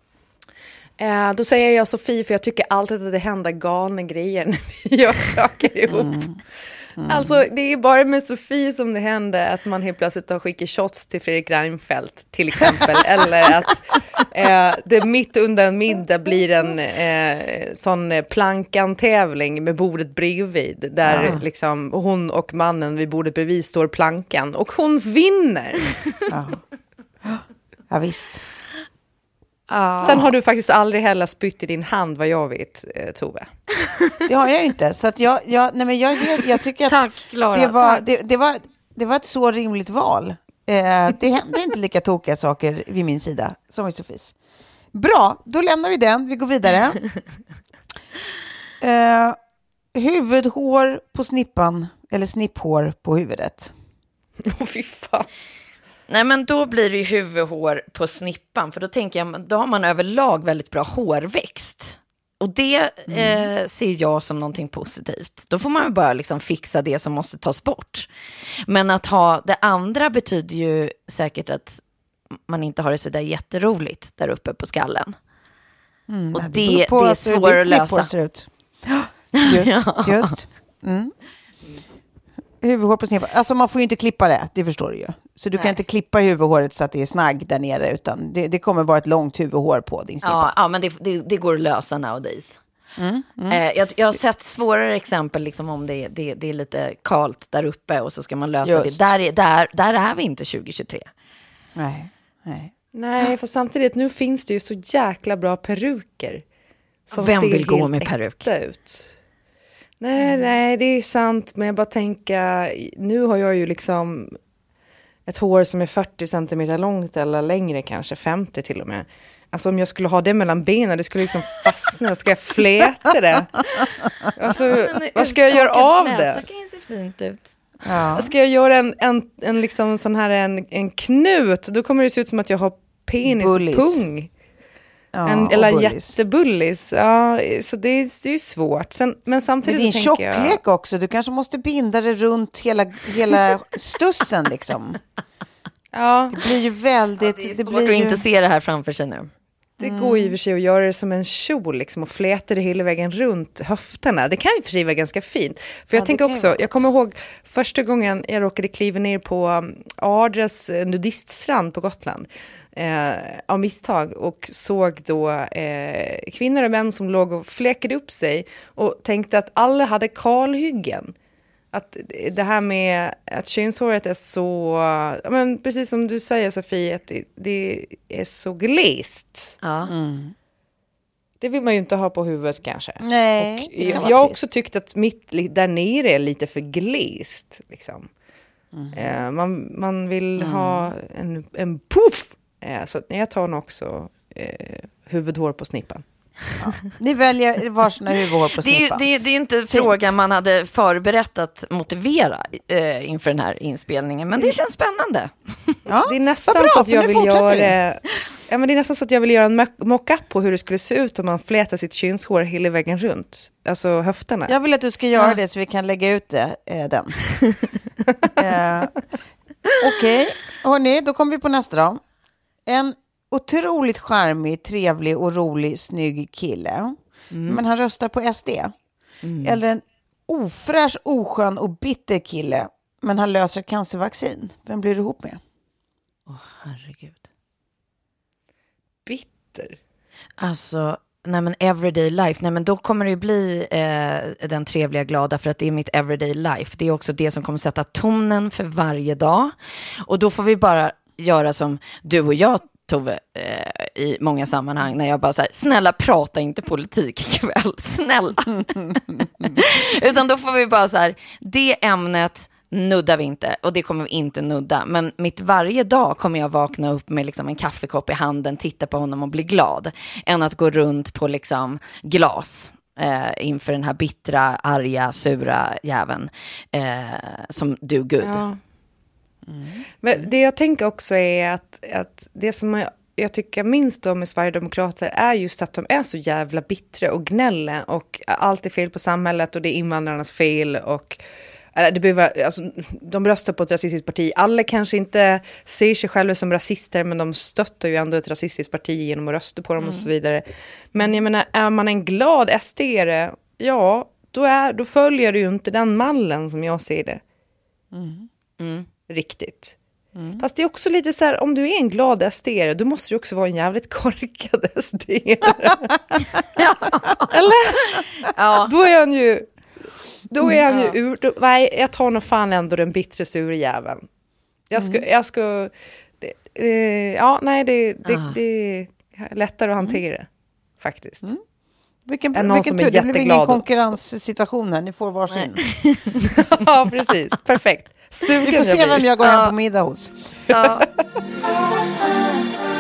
Eh, då säger jag Sofie, för jag tycker alltid att det händer galna grejer när vi gör saker ihop. Mm. Mm. Alltså det är bara med Sofie som det händer att man helt plötsligt har skickat shots till Fredrik Reinfeldt till exempel. Eller att eh, det mitt under en middag blir en eh, sån plankan-tävling med bordet bredvid. Där ja. liksom hon och mannen vid bordet bredvid står plankan. Och hon vinner. Ja, ja visst. Ah. Sen har du faktiskt aldrig heller spytt i din hand, vad jag vet, eh, Tove. Det har jag inte. Så att jag, jag, nej men jag, jag tycker att tack, Clara, det, var, tack. Det, det, var, det var ett så rimligt val. Eh, det hände inte lika tokiga saker vid min sida som i Sofies. Bra, då lämnar vi den. Vi går vidare. Eh, huvudhår på snippan eller snipphår på huvudet. Åh, oh, fy fan. Nej, men då blir det ju huvudhår på snippan. För då tänker jag, då har man överlag väldigt bra hårväxt. Och det mm. eh, ser jag som någonting positivt. Då får man bara liksom fixa det som måste tas bort. Men att ha det andra betyder ju säkert att man inte har det så där jätteroligt där uppe på skallen. Mm, och det, det, det är svårt att lösa. Ser ut. Just, just. Mm. Huvudhår på snippan. Alltså man får ju inte klippa det, det förstår du ju. Så du Nej. kan inte klippa huvudhåret så att det är snagg där nere, utan det, det kommer vara ett långt huvudhår på din snippa. Ja, ja men det, det, det går att lösa nowadays. Mm, mm. Eh, jag, jag har sett svårare exempel liksom om det, det, det är lite kalt där uppe och så ska man lösa Just. det. Där är, där, där är vi inte tjugo tjugotre. Nej, nej. Nej, för samtidigt nu finns det ju så jäkla bra peruker. Som Vem ser vill gå med helt peruk? Ut. Nej, nej, det är sant. Men jag bara tänker, nu har jag ju liksom ett hår som är fyrtio centimeter långt eller längre, kanske femtio till och med. Alltså om jag skulle ha det mellan benen, det skulle liksom fastna. Ska jag fläta det? Alltså, vad ska jag göra av det? Det kan ju se fint ut. Ja. Ska jag göra en, en, en liksom sån här en, en knut, då kommer det se ut som att jag har penispung. Ja, en, eller en jättebullis. Ja, så det är, det är svårt. Sen, men samtidigt men det är en så tänker jag... tjocklek också. Du kanske måste binda det runt hela, hela stussen liksom. Ja. Det blir ju väldigt... Ja, det är svårt det blir att ju... inte se det här framför sig nu. Det mm. går ju för sig att göra det som en kjol liksom, och fläta det hela vägen runt höfterna. Det kan ju för sig vara ganska fint. För jag ja, tänker också, jag kommer ihåg första gången jag råkade kliva ner på Adres nudiststrand på Gotland. Eh, av misstag och såg då eh, kvinnor och män som låg och fläkade upp sig och tänkte att alla hade kalhyggen. Att det här med att könshåret är så, men precis som du säger Sofie, att det, det är så glest. Ja. Mm. Det vill man ju inte ha på huvudet kanske. Nej, och jag jag har också tyckt att mitt där nere är lite för glest. Liksom. Mm. Eh, man, man vill mm. ha en, en puff. Eh, så jag tar nog också eh, huvudhår på snippan. Ja. Ni väljer varsina huvudhår på snippan. Det är ju det är, det är inte Fint. Frågan man hade förberett att motivera eh, inför den här inspelningen. Men det känns spännande. Ja, det är nästan bra, så att jag vill göra... Ja, men det är nästan så att jag vill göra en mock-up på hur det skulle se ut om man flätar sitt könshår hela vägen runt. Alltså höfterna. Jag vill att du ska göra ja. det så vi kan lägga ut det, eh, den. eh, Okej, okay. Hörrni, då kommer vi på nästa då. En otroligt charmig, trevlig och rolig, snygg kille. Mm. Men han röstar på S D. Mm. Eller en ofräsch, oskön och bitter kille. Men han löser cancervaccin. Vem blir du ihop med? Åh, oh, herregud. Bitter? Alltså, nej men everyday life. Nej men då kommer det ju bli eh, den trevliga glada, för att det är mitt everyday life. Det är också det som kommer sätta tonen för varje dag. Och då får vi bara göra som du och jag, Tove, eh, i många sammanhang när jag bara säger snälla prata inte politik ikväll, snälla. Utan då får vi bara så här, det ämnet nuddar vi inte och det kommer vi inte nudda. Men mitt varje dag kommer jag vakna upp med liksom en kaffekopp i handen, titta på honom och bli glad. Än att gå runt på liksom glas eh, inför den här bittra, arga, sura jäveln eh, som du Gud. Ja. Mm. Men det jag tänker också är att, att det som jag, jag tycker minst om med Sverigedemokrater är just att de är så jävla bittra och gnäller och allt är fel på samhället och det är invandrarnas fel och eller det behöver, alltså, de röstar på ett rasistiskt parti. Alla kanske inte ser sig själva som rasister, men de stöttar ju ändå ett rasistiskt parti genom att rösta på dem mm. och så vidare. Men jag menar, är man en glad S D-are, ja, då, är, då följer du ju inte den mallen som jag ser det. Mm. Mm. Riktigt. Mm. Fast det är också lite så här, om du är en glad S D-are, då måste du också vara en jävligt korkad S D-are. Ja. Eller? Ja. Då är han ju Då är han ju ur... Då, nej, jag tar nog fan ändå den bittre surjäveln. Jag ska... Mm. Jag ska det, eh, ja, nej, det, det, ah. det är lättare att hantera, mm. faktiskt. Mm. Vilken, vilken tur, det blir ingen konkurrenssituation här. Ni får varsin. Ja, precis. Perfekt. Sugen. Vi får se vem jag går hem på middag hos. Ja.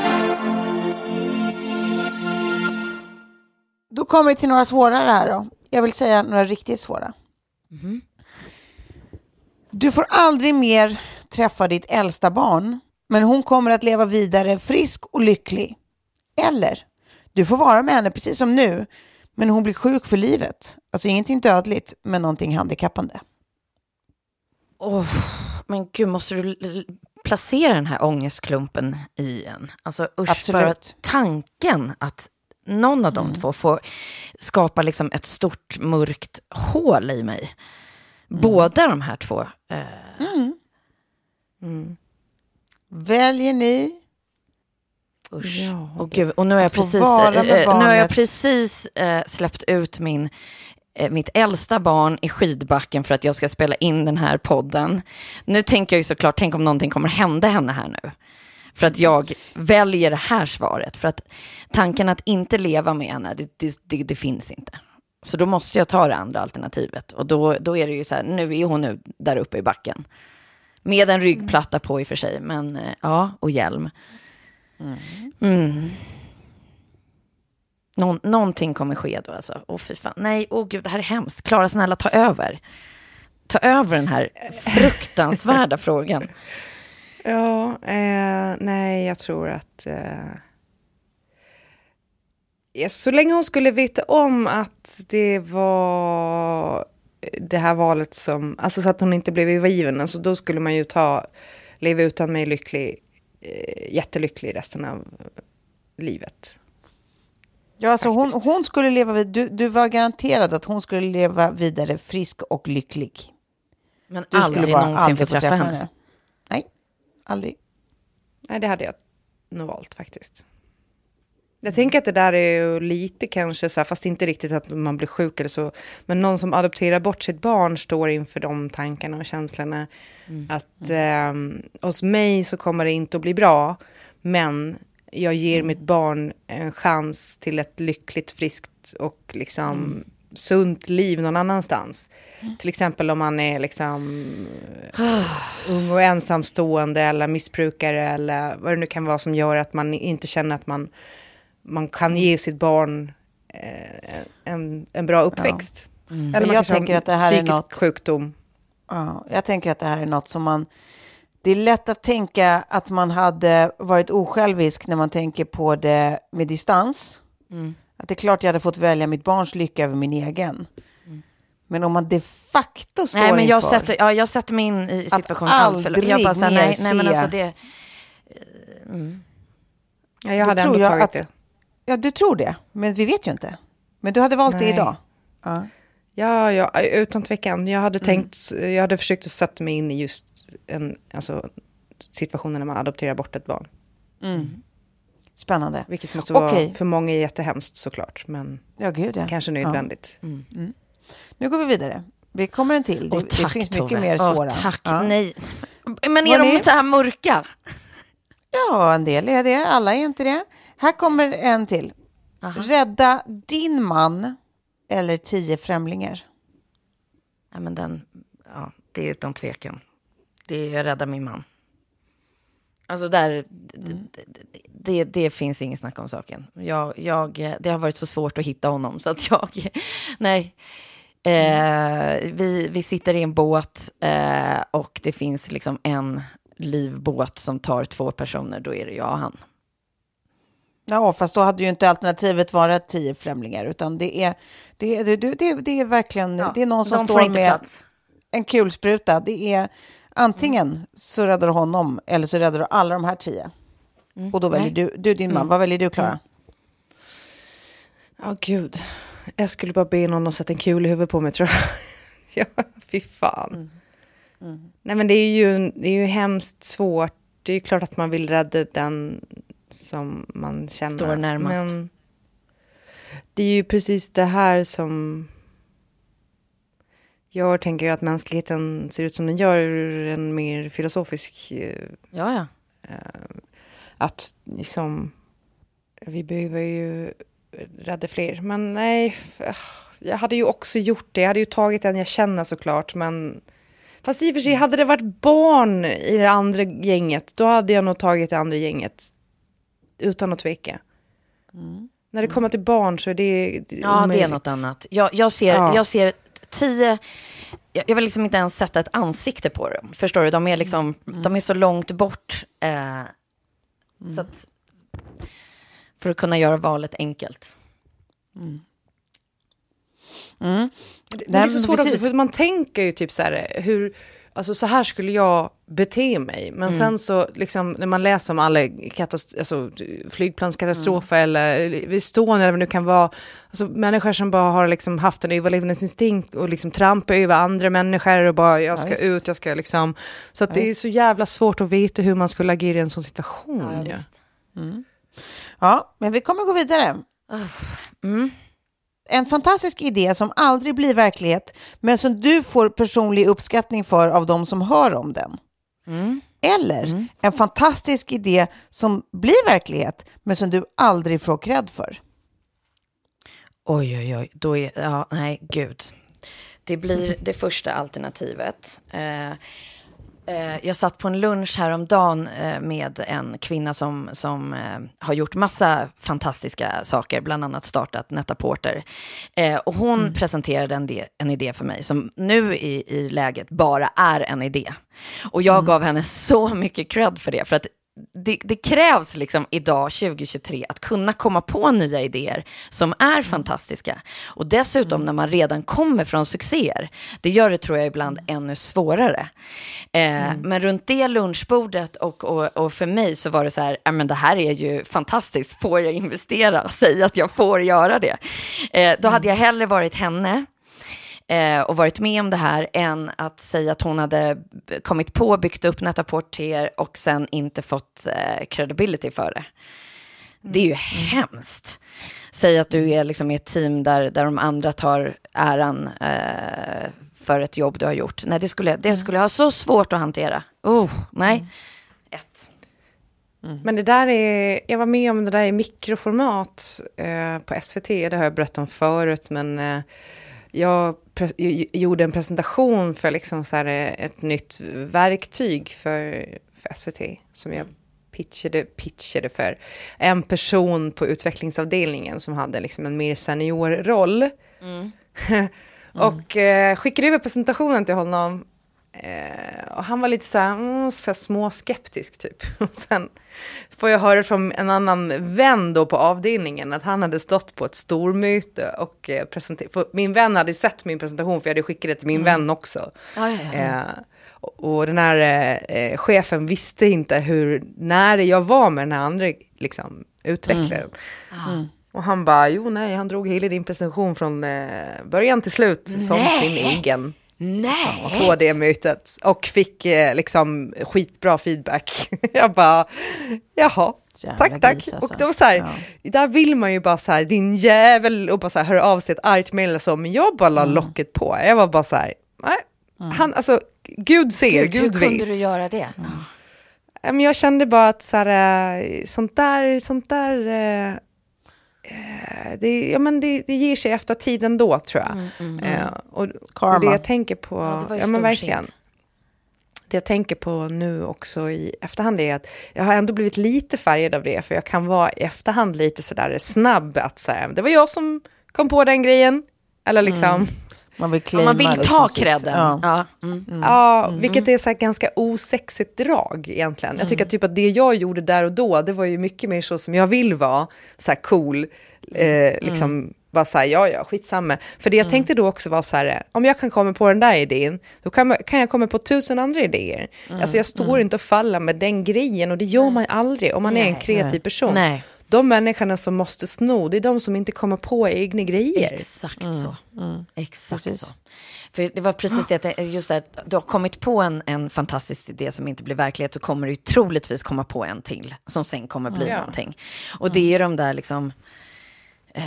Då kommer vi till några svårare här då. jag vill säga några riktigt svåra. Mm. Du får aldrig mer träffa ditt äldsta barn, men hon kommer att leva vidare frisk och lycklig. Eller, du får vara med henne precis som nu, men hon blir sjuk för livet. Alltså ingenting dödligt, men någonting handikappande. Oh, men gud, måste du l- placera den här ångestklumpen i en? Alltså usch, Absolut. bara tanken att någon av de Mm. två får skapa liksom ett stort mörkt hål i mig. Mm. Båda de här två. Eh... Mm. Mm. Väljer ni? Usch. Ja, och, gud, och nu har jag precis, eh, nu har jag precis eh, släppt ut min, eh, mitt äldsta barn i skidbacken för att jag ska spela in den här podden. Nu tänker jag ju såklart, tänk om någonting kommer hända henne här nu. För att jag väljer det här svaret. För att tanken att inte leva med henne, det, det, det, det finns inte. Så då måste jag ta det andra alternativet. Och då, då är det ju så här, nu är hon nu där uppe i backen. Med en ryggplatta på i och för sig, men eh, ja, och hjälm. Mm. Mm. Någon, någonting kommer ske då alltså. Åh fy fan. Nej, åh gud, det här är hemskt. Klara, snälla, ta över. Ta över den här fruktansvärda frågan. Ja, eh, nej, jag tror att... Eh, ja, så länge hon skulle veta om att det var det här valet som... Alltså så att hon inte blev övergiven. Alltså då skulle man ju ta... Leva utan mig lycklig... jättelycklig resten av livet. Ja, alltså hon, hon skulle leva vid, du, du var garanterad att hon skulle leva vidare frisk och lycklig. Men du aldrig bara någonsin aldrig få träffa, träffa henne. henne. Nej, aldrig. Nej, det hade jag nog valt faktiskt. Jag tänker att det där är ju lite kanske så här, fast inte riktigt att man blir sjuk eller så, men någon som adopterar bort sitt barn står inför de tankarna och känslorna mm. att eh, hos mig så kommer det inte att bli bra, men jag ger mm. mitt barn en chans till ett lyckligt, friskt och liksom mm. sunt liv någon annanstans. Mm. Till exempel om man är liksom ung och ensamstående eller missbrukare eller vad det nu kan vara som gör att man inte känner att man man kan ge sitt barn eh, en, en bra uppväxt. Ja. Mm. Eller man jag kan tänker att det här psykisk är något, sjukdom. Ja, jag tänker att det här är något som man... Det är lätt att tänka att man hade varit osjälvisk när man tänker på det med distans. Mm. Att det är klart jag hade fått välja mitt barns lycka över min egen. Mm. Men om man de facto står nej, men jag inför... Sätter, ja, jag sätter mig in i situationen. Att aldrig jag bara, så här, mer nej, se... nej, men alltså det... Mm. Ja, jag hade ändå tagit att, det. Ja, du tror det. Men vi vet ju inte. Men du hade valt nej. det idag. Ja. Ja, ja, utan tvekan. Jag hade tänkt, mm. jag hade försökt att sätta mig in i just en, alltså, situationen när man adopterar bort ett barn. Mm. Spännande. Vilket måste vara okay. för många jättehemskt såklart. Men ja, gud, ja. kanske nödvändigt. Ja. Mm. Mm. Nu går vi vidare. Vi kommer en till. Det, oh, tack, det finns mycket Tove. mer svåra. Oh, tack, ja. nej. Men är de så här mörka? Ja, en del är det. Alla är inte det. Här kommer en till. Aha. Rädda din man eller tio främlingar. Ja, men den, ja, det är utan tvekan. Det är att rädda min man. Alltså där, mm. det, det, det finns ingen snack om saken. Jag, jag, det har varit så svårt att hitta honom så att jag, nej. Eh, vi, vi sitter i en båt eh, och det finns liksom en livbåt som tar två personer, då är det jag och han. Ja, fast då hade ju inte alternativet varit tio främlingar, utan det är, det är, det, det, det är verkligen, ja, det är någon som står med plats. En kulspruta. Det är antingen mm. så räddar du honom eller så räddar du alla de här tio. Mm. Och då väljer du, du din man. Mm. Vad väljer du, Klara? Ja, mm. oh, gud. Jag skulle bara be någon att sätta en kul i huvudet på mig, tror jag. Ja, fy fan. Mm. Mm. Nej, men det är ju, det är ju hemskt svårt. Det är ju klart att man vill rädda den som man känner. Står närmast. Men det är ju precis det här som jag tänker att mänskligheten ser ut som den gör ur en mer filosofisk... Ja, ja. Att liksom... Vi behöver ju rädda fler. Men nej, jag hade ju också gjort det. Jag hade ju tagit den jag känner såklart. Men fast i och för sig, hade det varit barn i det andra gänget, då hade jag nog tagit det andra gänget utan att tveka. Mm. När det kommer till barn så är det, det Ja, omöjligt. det är något annat. Jag, jag, ser, ja. jag ser tio... Jag, jag vill liksom inte ens sätta ett ansikte på dem. Förstår du? De är, liksom, mm. de är så långt bort. Eh, mm. så att, för att kunna göra valet enkelt. Mm. Mm. Det, det är så svårt också, för man tänker ju typ så här, hur, alltså så här skulle jag bete mig. Men mm. sen så, liksom, när man läser om alla katast- alltså, flygplanskatastrofer mm. eller vid Estonia eller vad det nu kan vara. Alltså, människor som bara har liksom haft en överlevnadsinstinkt och liksom trampar över andra människor och bara, jag ska ja, ut, jag ska liksom... Så att ja, det är så jävla svårt att veta hur man skulle agera i en sån situation. Ja, ja. Mm. Ja, men vi kommer gå vidare. Mm. En fantastisk idé som aldrig blir verklighet, men som du får personlig uppskattning för av de som hör om den. Mm. Eller mm. en fantastisk idé som blir verklighet, men som du aldrig får cred för. Oj, oj, oj. Då är, ja, nej, gud. Det blir det första alternativet. Eh, eh, jag satt på en lunch häromdagen eh, med en kvinna som, som eh, har gjort massa fantastiska saker, bland annat startat Net-a-Porter. Eh, och hon mm. presenterade en, de, en idé för mig som nu i, i läget bara är en idé. Och jag mm. gav henne så mycket cred för det, för att Det, det krävs liksom idag tjugohundratjugotre att kunna komma på nya idéer som är fantastiska. Och dessutom mm. när man redan kommer från succéer. Det gör det, tror jag, ibland ännu svårare. Eh, mm. Men runt det lunchbordet och, och, och för mig så var det så här, äh, men det här är ju fantastiskt. Får jag investera? Säg att jag får göra det. Eh, då mm. hade jag hellre varit henne Eh, och varit med om det här än att säga att hon hade kommit på, byggt upp Net-a-Porter och sen inte fått eh, credibility för det. Mm. Det är ju mm. hemskt. Säg att du är liksom i ett team där, där de andra tar äran eh, för ett jobb du har gjort. Nej, det skulle, det skulle jag ha så svårt att hantera. Oh, nej. Mm. Ett. Mm. Men det där är, jag var med om det där i mikroformat eh, på S V T. Det har jag berättat om förut, men... Eh, Jag, pre- jag gjorde en presentation för liksom så här ett nytt verktyg för, för S V T som jag pitchade, pitchade för en person på utvecklingsavdelningen som hade liksom en mer seniorroll. Mm. Mm. och eh, skickade över presentationen till honom. Eh, och han var lite så här, mm, så här småskeptisk typ. Och sen får jag höra från en annan vän då på avdelningen att han hade stått på ett stormöte och eh, presenterat. För min vän hade sett min presentation, för jag hade skickat det till min mm. vän också. Ah, ja, ja. Eh, och, och den här eh, chefen visste inte hur nära jag var med den här andra liksom, utvecklaren. Mm. Mm. Och han bara, jo nej, han drog hela din presentation från eh, början till slut som nej. sin egen. Nej. På det mötet och fick eh, liksom skitbra feedback. Jag bara, jaha, jävla tack, tack. Alltså. Och det var så här, ja. Där vill man ju bara så här, din jävel, och bara så här, hör av sig ett argt mejl och så, men jag bara la mm. locket på. Jag var bara så här, nej, mm. han, alltså, Gud ser, Gud, Gud hur vet. Hur kunde du göra det? Mm. Men jag kände bara att så här, sånt där, sånt där... Eh, Det, ja, men det, det ger sig efter tiden då, tror jag. Mm, mm, mm. Uh, och, och det jag tänker på... Ja, ja men verkligen. Det jag tänker på nu också i efterhand är att jag har ändå blivit lite färgad av det. För jag kan vara i efterhand lite sådär snabb att säga, det var jag som kom på den grejen. Eller liksom... Mm. Man vill, ja, man vill ta credden. Ja, ja. Mm. Mm. ja vilket är så här ganska osexigt drag egentligen. Mm. Jag tycker att, typ att det jag gjorde där och då, det var ju mycket mer så som jag vill vara. Så här cool. Eh, liksom mm. bara så här, ja, ja, skitsamma. För det jag mm. tänkte då också var så här, om jag kan komma på den där idén, då kan, kan jag komma på tusen andra idéer. Mm. Alltså jag står mm. inte och faller med den grejen, och det gör man aldrig om man nej, är en kreativ nej. person. Nej. De människorna som måste sno, det är de som inte kommer på egna grejer. Exakt mm. så. Mm. Exakt precis. så. För det var precis det, just det att du har kommit på en, en fantastisk idé som inte blir verklighet, så kommer du troligtvis komma på en till som sen kommer bli ja. någonting. Och det är ju de där liksom eh,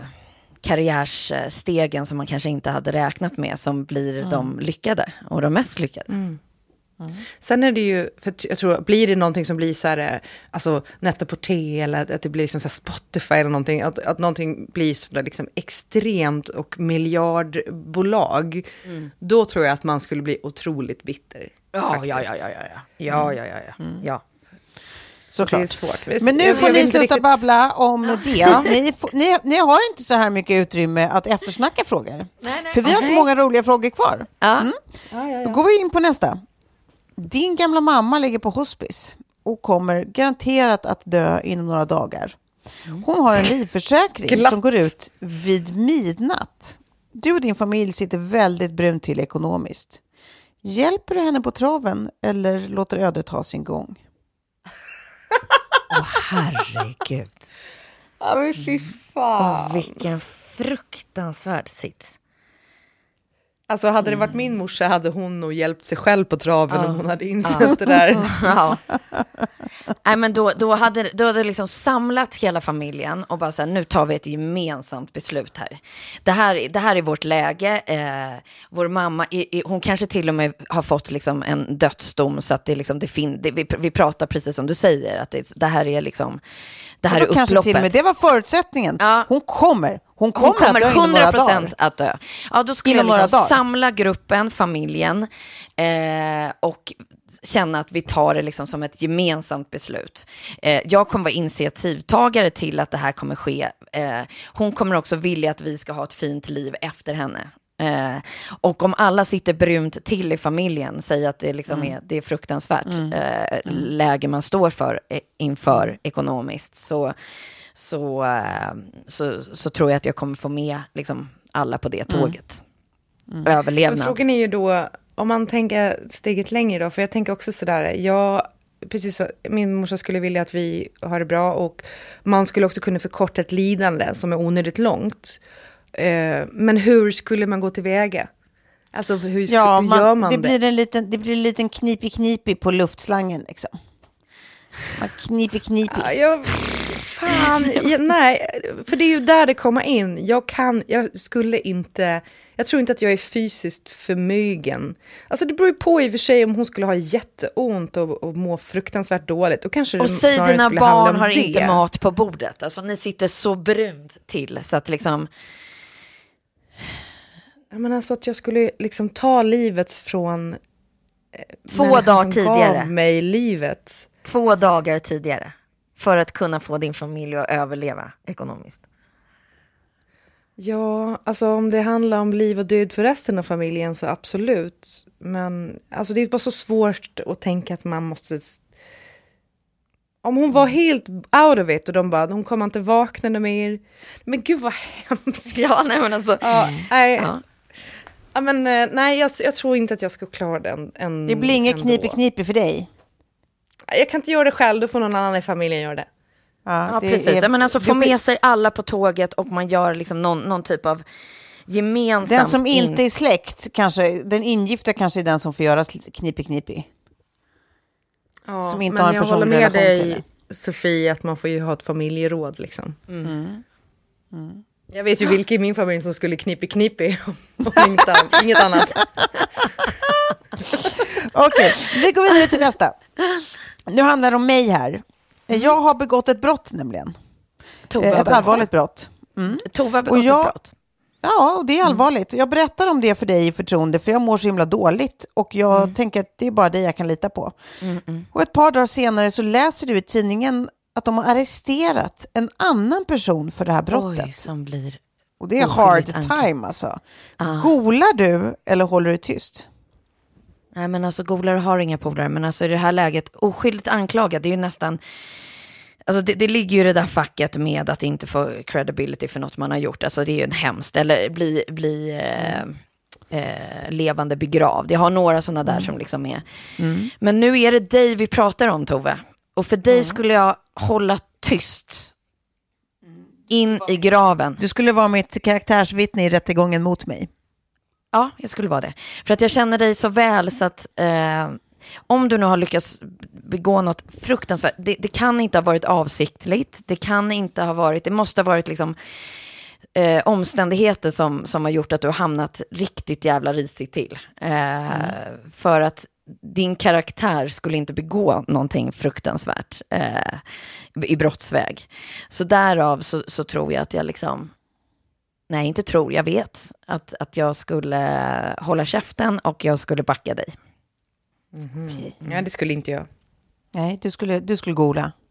karriärsstegen som man kanske inte hade räknat med som blir mm. de lyckade och de mest lyckade. Mm. Mm. Sen är det ju, för jag tror, blir det någonting som blir så här, alltså Net-a-Porter eller att det blir liksom så här Spotify eller någonting, att, att någonting blir så där liksom extremt och miljardbolag, mm. då tror jag att man skulle bli otroligt bitter. Ja, ja, ja, ja, ja, ja, ja, ja, ja, ja. Mm. ja. Såklart. Det är svårt. Men nu jag, får jag ni inte sluta riktigt... babbla om det. Ni, får, ni, ni har inte så här mycket utrymme att eftersnacka frågor. Nej, nej. För vi har så många roliga frågor kvar. Ja. Mm. Ja, ja, ja. Då går vi in på nästa. Din gamla mamma ligger på hospice och kommer garanterat att dö inom några dagar. Hon har en livförsäkring Glatt. som går ut vid midnatt. Du och din familj sitter väldigt brunt till ekonomiskt. Hjälper du henne på traven eller låter ödet ha sin gång? Åh, oh, herregud. Ja, men fy fan. Oh, vilken fruktansvärd sits. Alltså hade det varit min morsa hade hon nog hjälpt sig själv på traven Ja. om hon hade insett Ja. det där. Ja. Nej, men då, då hade då hade liksom samlat hela familjen och bara så här, nu tar vi ett gemensamt beslut här. Det här, det här är vårt läge. Eh, vår mamma, i, i, hon kanske till och med har fått liksom en dödsdom så att det liksom, det fin, det, vi, vi pratar precis som du säger, att det, det här är liksom, det här är kanske upploppet. till och med, det var förutsättningen. Ja. Hon kommer. Hon kommer, Hon kommer att dö inom några dagar. att dö. Ja, då skulle Inom jag några liksom dagar. samla gruppen, familjen eh, och känna att vi tar det liksom som ett gemensamt beslut. Eh, jag kommer vara initiativtagare till att det här kommer ske. Eh, hon kommer också vilja att vi ska ha ett fint liv efter henne. Eh, och om alla sitter brunt till i familjen, säger att det, liksom Mm. är, det är fruktansvärt Mm. eh, läge man står för eh, inför ekonomiskt, så, så, eh, så, så tror jag att jag kommer få med liksom alla på det tåget. Mm. Men Överlevnad. frågan är ju då, om man tänker steget längre då, för jag tänker också sådär, jag, precis så, min morsa skulle vilja att vi har det bra och man skulle också kunna förkorta ett lidande som är onödigt långt. Eh, men hur skulle man gå tillväga? Alltså hur, sk- Ja, hur man, gör man det? det? Blir en liten, det blir en liten knipig-knipig på luftslangen liksom. Man knipig-knipig. Ja, jag, fan, jag, nej, för det är ju där det kommer in. Jag kan, jag skulle inte, jag tror inte att jag är fysiskt förmögen. Alltså det beror ju på i och för sig om hon skulle ha jätteont och, och må fruktansvärt dåligt. Och, kanske och säg snarare dina skulle handla barn om har det. inte mat på bordet. Alltså ni sitter så brunt till så att liksom... Jag menar så att jag skulle liksom ta livet från... Två människan dagar som tidigare. gav mig livet. Två dagar tidigare. För att kunna få din familj att överleva ekonomiskt. Ja, alltså om det handlar om liv och död för resten av familjen så absolut. Men alltså det är bara så svårt att tänka att man måste... Om hon var helt out of it och de bara, hon kommer inte vakna mer. Men gud vad hemskt. Ja, nej men alltså... Ja, nej. Ja. Ja, men nej, jag, jag tror inte att jag ska klara den. En, Det blir inget ändå. knipig-knipig för dig. Jag kan inte göra det själv, då får någon annan i familjen göra det. Ja, Ja, det precis. är- Men alltså få det- med sig alla på tåget och man gör liksom någon, någon typ av gemensam... Den som in- inte är släkt, kanske, den ingifta kanske är den som får göra knipig-knipig. Ja, Som inte men har en jag personlig håller med relation till dig, Sofie, att man får ju ha ett familjeråd liksom. Mm. Jag vet ju vilka i min familj som skulle knipi-knipi om inget, an- inget annat. Okej, vi går vidare till nästa. Nu handlar det om mig här. Jag har begått ett brott nämligen. Tova Eh, Ett begått- allvarligt brott. Mm. Tova har Och begått jag- ett brott. Ja, och det är allvarligt. Jag berättar om det för dig i förtroende för jag mår så himla dåligt. Och jag tänker att det är bara dig jag kan lita på. Och ett par dagar senare så läser du i tidningen att de har arresterat en annan person för det här brottet. Oj, som blir... Och det är hard oskyldigt anklagad. time alltså. Ah. Golar du eller håller du tyst? Nej men alltså golare har inga polare, men alltså i det här läget oskyldigt anklagad, det är ju nästan... Alltså det, det ligger ju i det där facket med att inte få credibility för något man har gjort. Alltså det är ju en hemskt, eller bli, bli eh, eh, levande begravd. Jag har några sådana där som liksom är... Mm. Men nu är det dig vi pratar om, Tove. Och för dig skulle jag hålla tyst. In i graven. Du skulle vara mitt karaktärsvittne i rättegången mot mig. Ja, jag skulle vara det. För att jag känner dig så väl så att eh, om du nu har lyckats begå något fruktansvärt, det, det kan inte ha varit avsiktligt, det kan inte ha varit, det måste ha varit liksom eh, omständigheter som, som har gjort att du har hamnat riktigt jävla risigt till. Eh, mm. För att din karaktär skulle inte begå någonting fruktansvärt eh, i brottsväg. Så därav så, så tror jag att jag liksom... Nej, inte tror, jag vet att, att jag skulle hålla käften och jag skulle backa dig. Mm-hmm. Okay. Ja, det skulle inte jag. Nej, du skulle, du skulle gola.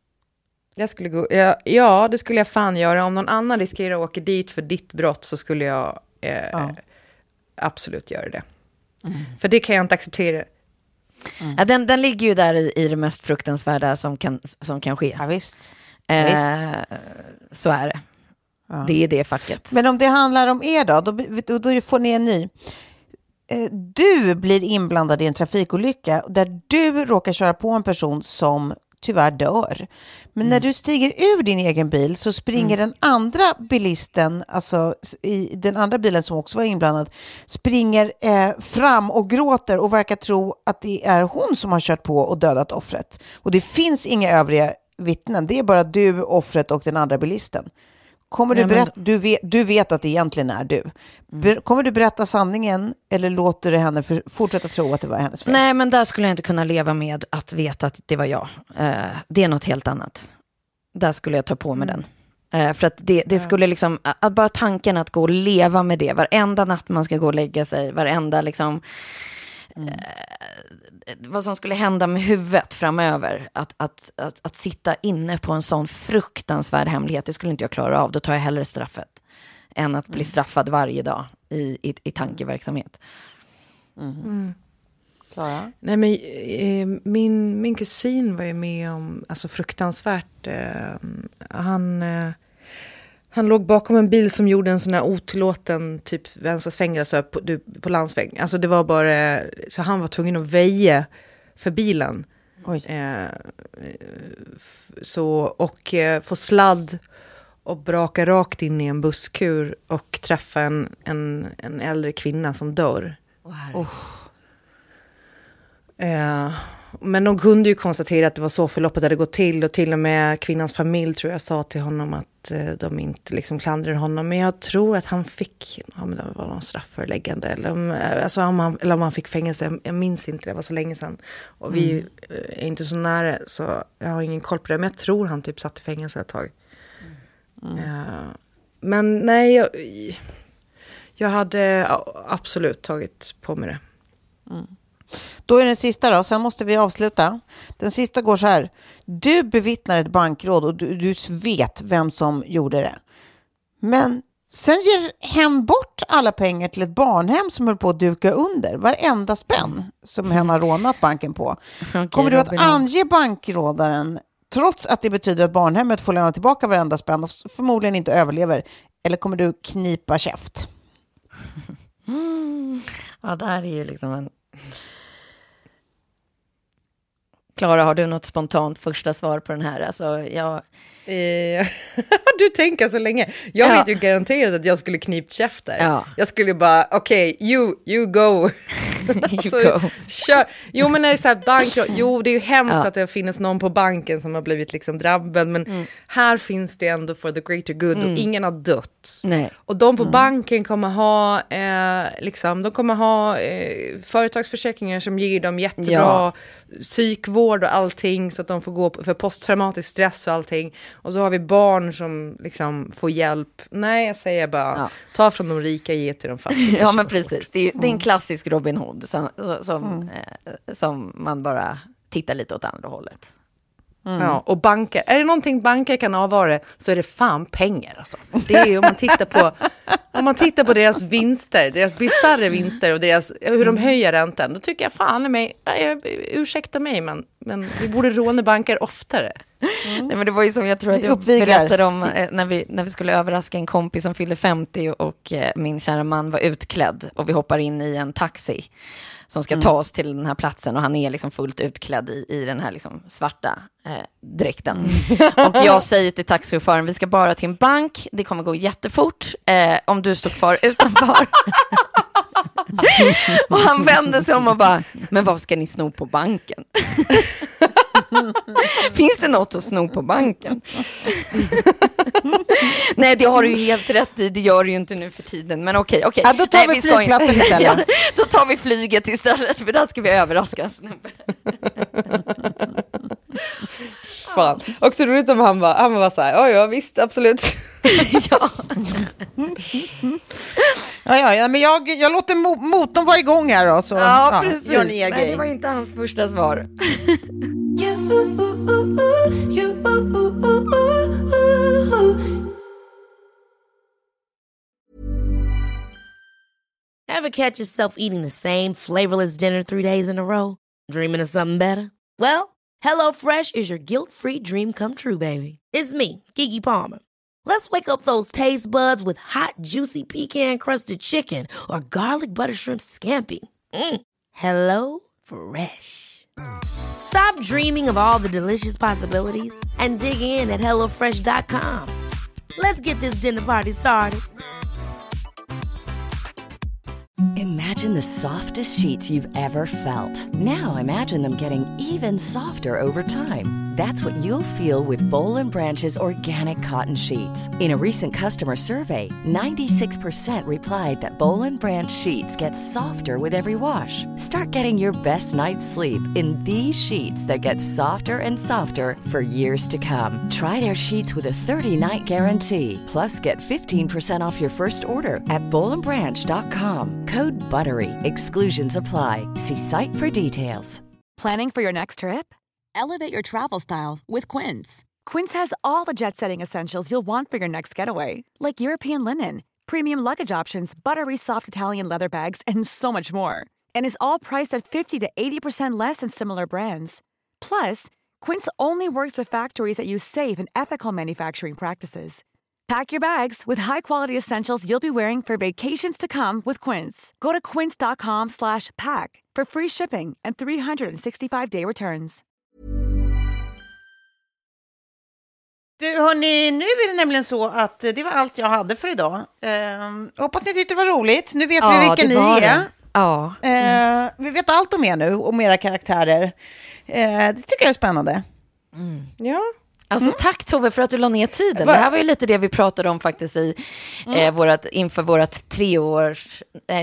Jag skulle gå, ja, ja, det skulle jag fan göra. Om någon annan riskerar att åka dit för ditt brott så skulle jag eh, ja. absolut göra det. Mm. För det kan jag inte acceptera. Mm. Ja, den, den ligger ju där i, i det mest fruktansvärda som kan, som kan ske. Ja, visst. Eh, visst. Så är det. Ja. Det är det facket. Men om det handlar om er då, då, då, då får ni en ny. Du blir inblandad i en trafikolycka där du råkar köra på en person som tyvärr dör. Men mm. när du stiger ur din egen bil så springer mm. den andra bilisten, alltså i den andra bilen som också var inblandad, springer eh, fram och gråter och verkar tro att det är hon som har kört på och dödat offret. Och det finns inga övriga vittnen, det är bara du, offret och den andra bilisten. Kommer du, berätta, du, vet, du vet att det egentligen är du. Ber, kommer du berätta sanningen eller låter du henne för, fortsätta tro att det var hennes fel? Nej, men där skulle jag inte kunna leva med att veta att det var jag. Uh, det är något helt annat. Där skulle jag ta på mig mm. den. Uh, för att det, det skulle liksom, att bara tanken att gå och leva med det. Varenda natt man ska gå och lägga sig. Varenda liksom... Mm. Uh, vad som skulle hända med huvudet framöver, att, att, att, att sitta inne på en sån fruktansvärd hemlighet, det skulle inte jag klara av. Då tar jag hellre straffet än att bli straffad varje dag i, i, i tankeverksamhet. Mm. Mm. Klara? Nej, men eh, min, min kusin var ju med om alltså fruktansvärt eh, han eh, han låg bakom en bil som gjorde en sån här otillåten typ vänstersvängare på, på landsväg. Alltså det var bara, så han var tvungen att väja för bilen. Oj. Eh, så, och eh, få sladd och braka rakt in i en busskur och träffa en, en, en äldre kvinna som dör. Oh, eh, men de kunde ju konstatera att det var så förloppet hade gått till, och till och med kvinnans familj tror jag sa till honom att eh, de inte liksom klandrade honom, men jag tror att han fick, ja, men det var någon strafföreläggande eller om, alltså, om han, eller om han fick fängelse, jag minns inte, det var så länge sedan och vi mm. är inte så nära så jag har ingen koll på det, men jag tror han typ satt i fängelse ett tag. Mm. Uh, men nej, jag, jag hade absolut tagit på mig det. Mm. Då är den sista då, sen måste vi avsluta. Den sista går så här. Du bevittnar ett bankråd och du, du vet vem som gjorde det. Men sen ger hem bort alla pengar till ett barnhem som höll på att duka under. Varenda spänn som hen har rånat banken på. Okay, kommer du att ange bankrådaren trots att det betyder att barnhemmet får lämna tillbaka varenda spänn och förmodligen inte överlever? Eller kommer du knipa käft? Mm. Ja, det här är ju liksom en... Klara, har du något spontant första svar på den här? Alltså, jag... Eh, du tänker så länge. Jag ja. vet ju garanterat att jag skulle knipt käfter. Ja. Jag skulle bara, okej, okay, you, you go. alltså, you go. Kör. Jo, men när det är så här bank, jo, det är ju hemskt ja. att det finns någon på banken som har blivit liksom drabbad, men mm. här finns det ändå for the greater good mm. och ingen har dött. Nej. Och de på mm. banken kommer ha eh, liksom, de kommer ha eh, företagsförsäkringar som ger dem jättebra ja. psykvård och allting så att de får gå för posttraumatisk stress och allting. Och så har vi barn som liksom får hjälp. Nej, jag säger bara, ja. ta från de rika, ge till de fattiga. Ja, men precis. Det är, det är en klassisk Robin Hood som, som, mm. eh, som man bara tittar lite åt andra hållet. Mm. Ja, och banker. Är det någonting banker kan avvara så är det fan pengar. Alltså. Det är ju om man tittar på om man tittar på deras vinster, deras bizarra vinster och deras, hur de höjer räntan, då tycker jag fan mig, jag, ursäkta mig, men, men vi borde råna banker oftare. Mm. Nej, men det var ju som jag tror att jag berättade om när vi, när vi skulle överraska en kompis som fyllde femtio och eh, min kära man var utklädd och vi hoppar in i en taxi som ska ta oss till den här platsen och han är liksom fullt utklädd i, i den här liksom svarta eh, dräkten. Mm. Och jag säger till taxichauffören, vi ska bara till en bank, det kommer gå jättefort eh, om du står kvar utanför. Och han vände sig om och bara, men vad ska ni sno på banken? Finns det något att sno på banken? Nej, det har du ju helt rätt i. Det gör du ju inte nu för tiden. Men okej, okej. Ja, då tar Nej, vi, vi flygplatsen inte. istället. Ja, då tar vi flyget istället. För där ska vi överraska snubbe. Fan. Också roligt om han var, han var så här, ja, ja, visst, absolut. Ja. Ja, ja, ja, men jag, jag låter mo- motorn vara igång här då. Så, ja, ja, precis. Gör ni er Nej, grej. det var inte hans första svar. Ever catch yourself eating the same flavorless dinner three days in a row? Dreaming of something better? Well, HelloFresh is your guilt-free dream come true, baby. It's me, Keke Palmer. Let's wake up those taste buds with hot, juicy pecan-crusted chicken or garlic butter shrimp scampi. Mm. Hello Fresh. Stop dreaming of all the delicious possibilities and dig in at hello fresh dot com. Let's get this dinner party started. Imagine the softest sheets you've ever felt. Now imagine them getting even softer over time. That's what you'll feel with Boll and Branch's organic cotton sheets. In a recent customer survey, ninety-six percent replied that Boll and Branch sheets get softer with every wash. Start getting your best night's sleep in these sheets that get softer and softer for years to come. Try their sheets with a thirty-night guarantee. Plus, get fifteen percent off your first order at boll and branch dot com. Code BUTTERY. Exclusions apply. See site for details. Planning for your next trip? Elevate your travel style with Quince. Quince has all the jet-setting essentials you'll want for your next getaway, like European linen, premium luggage options, buttery soft Italian leather bags, and so much more. And is all priced at fifty to eighty percent less than similar brands. Plus, Quince only works with factories that use safe and ethical manufacturing practices. Pack your bags with high-quality essentials you'll be wearing for vacations to come with Quince. Go to quince dot com slash pack for free shipping and three sixty-five day returns. Du hörni, nu är det nämligen så att det var allt jag hade för idag. Uh, hoppas ni tyckte det var roligt. Nu vet ja, vi vilka ni är. Det. Ja. Mm. Uh, vi vet allt om er nu, om era karaktärer. Uh, det tycker jag är spännande. Mm. Ja. Alltså mm. tack Tove för att du la ner tiden. Va? Det här var ju lite det vi pratade om faktiskt i mm. eh, vårat, inför vårat treårs, eh,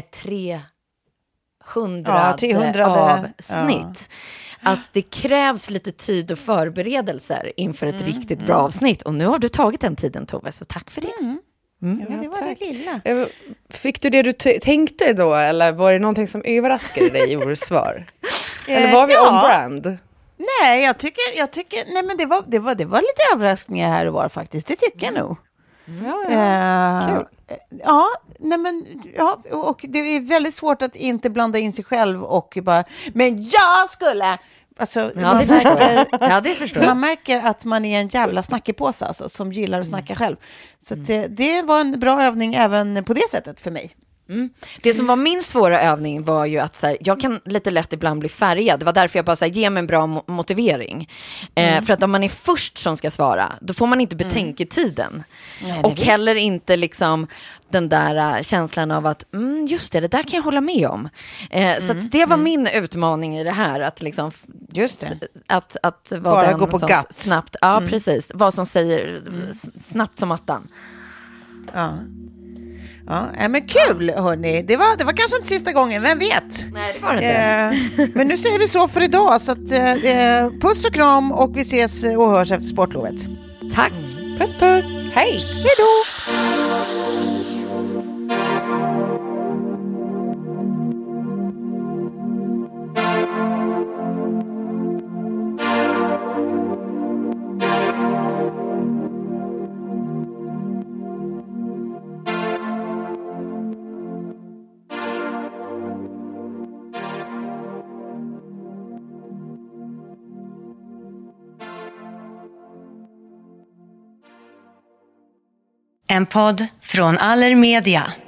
trehundrade, ja, trehundrade avsnitt. Ja. Att det krävs lite tid och förberedelser inför ett mm. riktigt bra avsnitt. Och nu har du tagit den tiden Tove, så tack för det. Mm. Mm. Ja, det var tack. det lilla. Fick du det du t- tänkte då, eller var det någonting som överraskade dig i vårt svar? Eller var vi ja. on brand? Nej, jag tycker, jag tycker nej men det var, det var, det var lite överraskningar här och var faktiskt. Det tycker jag nog. Ja, ja. Uh, Kul. Ja, nej men, ja, och det är väldigt svårt att inte blanda in sig själv och bara, men jag skulle... Alltså, ja, det märker, ja, det förstår jag. Man märker att man är en jävla snackepåse alltså, som gillar att snacka själv. Så att det, det var en bra övning även på det sättet för mig. Mm. Det som var min svåra övning var ju att så här, jag kan lite lätt ibland bli färgad. Det var därför jag bara så här, ge mig en bra mo- motivering. Mm. Eh, för att om man är först som ska svara, då får man inte betänketiden. Mm. Och heller inte liksom den där uh, känslan av att mm, just det, det där kan jag hålla med om. Eh, mm. Så att det var mm. min utmaning i det här. Att liksom, just det. Att, att vara bara den gå på som gut. snabbt, ja mm. precis, vad som säger mm. snabbt som attan. Ja. Ja, men kul hörni. Det var, det var kanske inte sista gången, vem vet? Nej, det var det inte. Eh, men nu säger vi så för idag. Så att, eh, puss och kram och vi ses och hörs efter sportlovet. Tack. Puss puss. Hej. Hej då. En podd från Allermedia.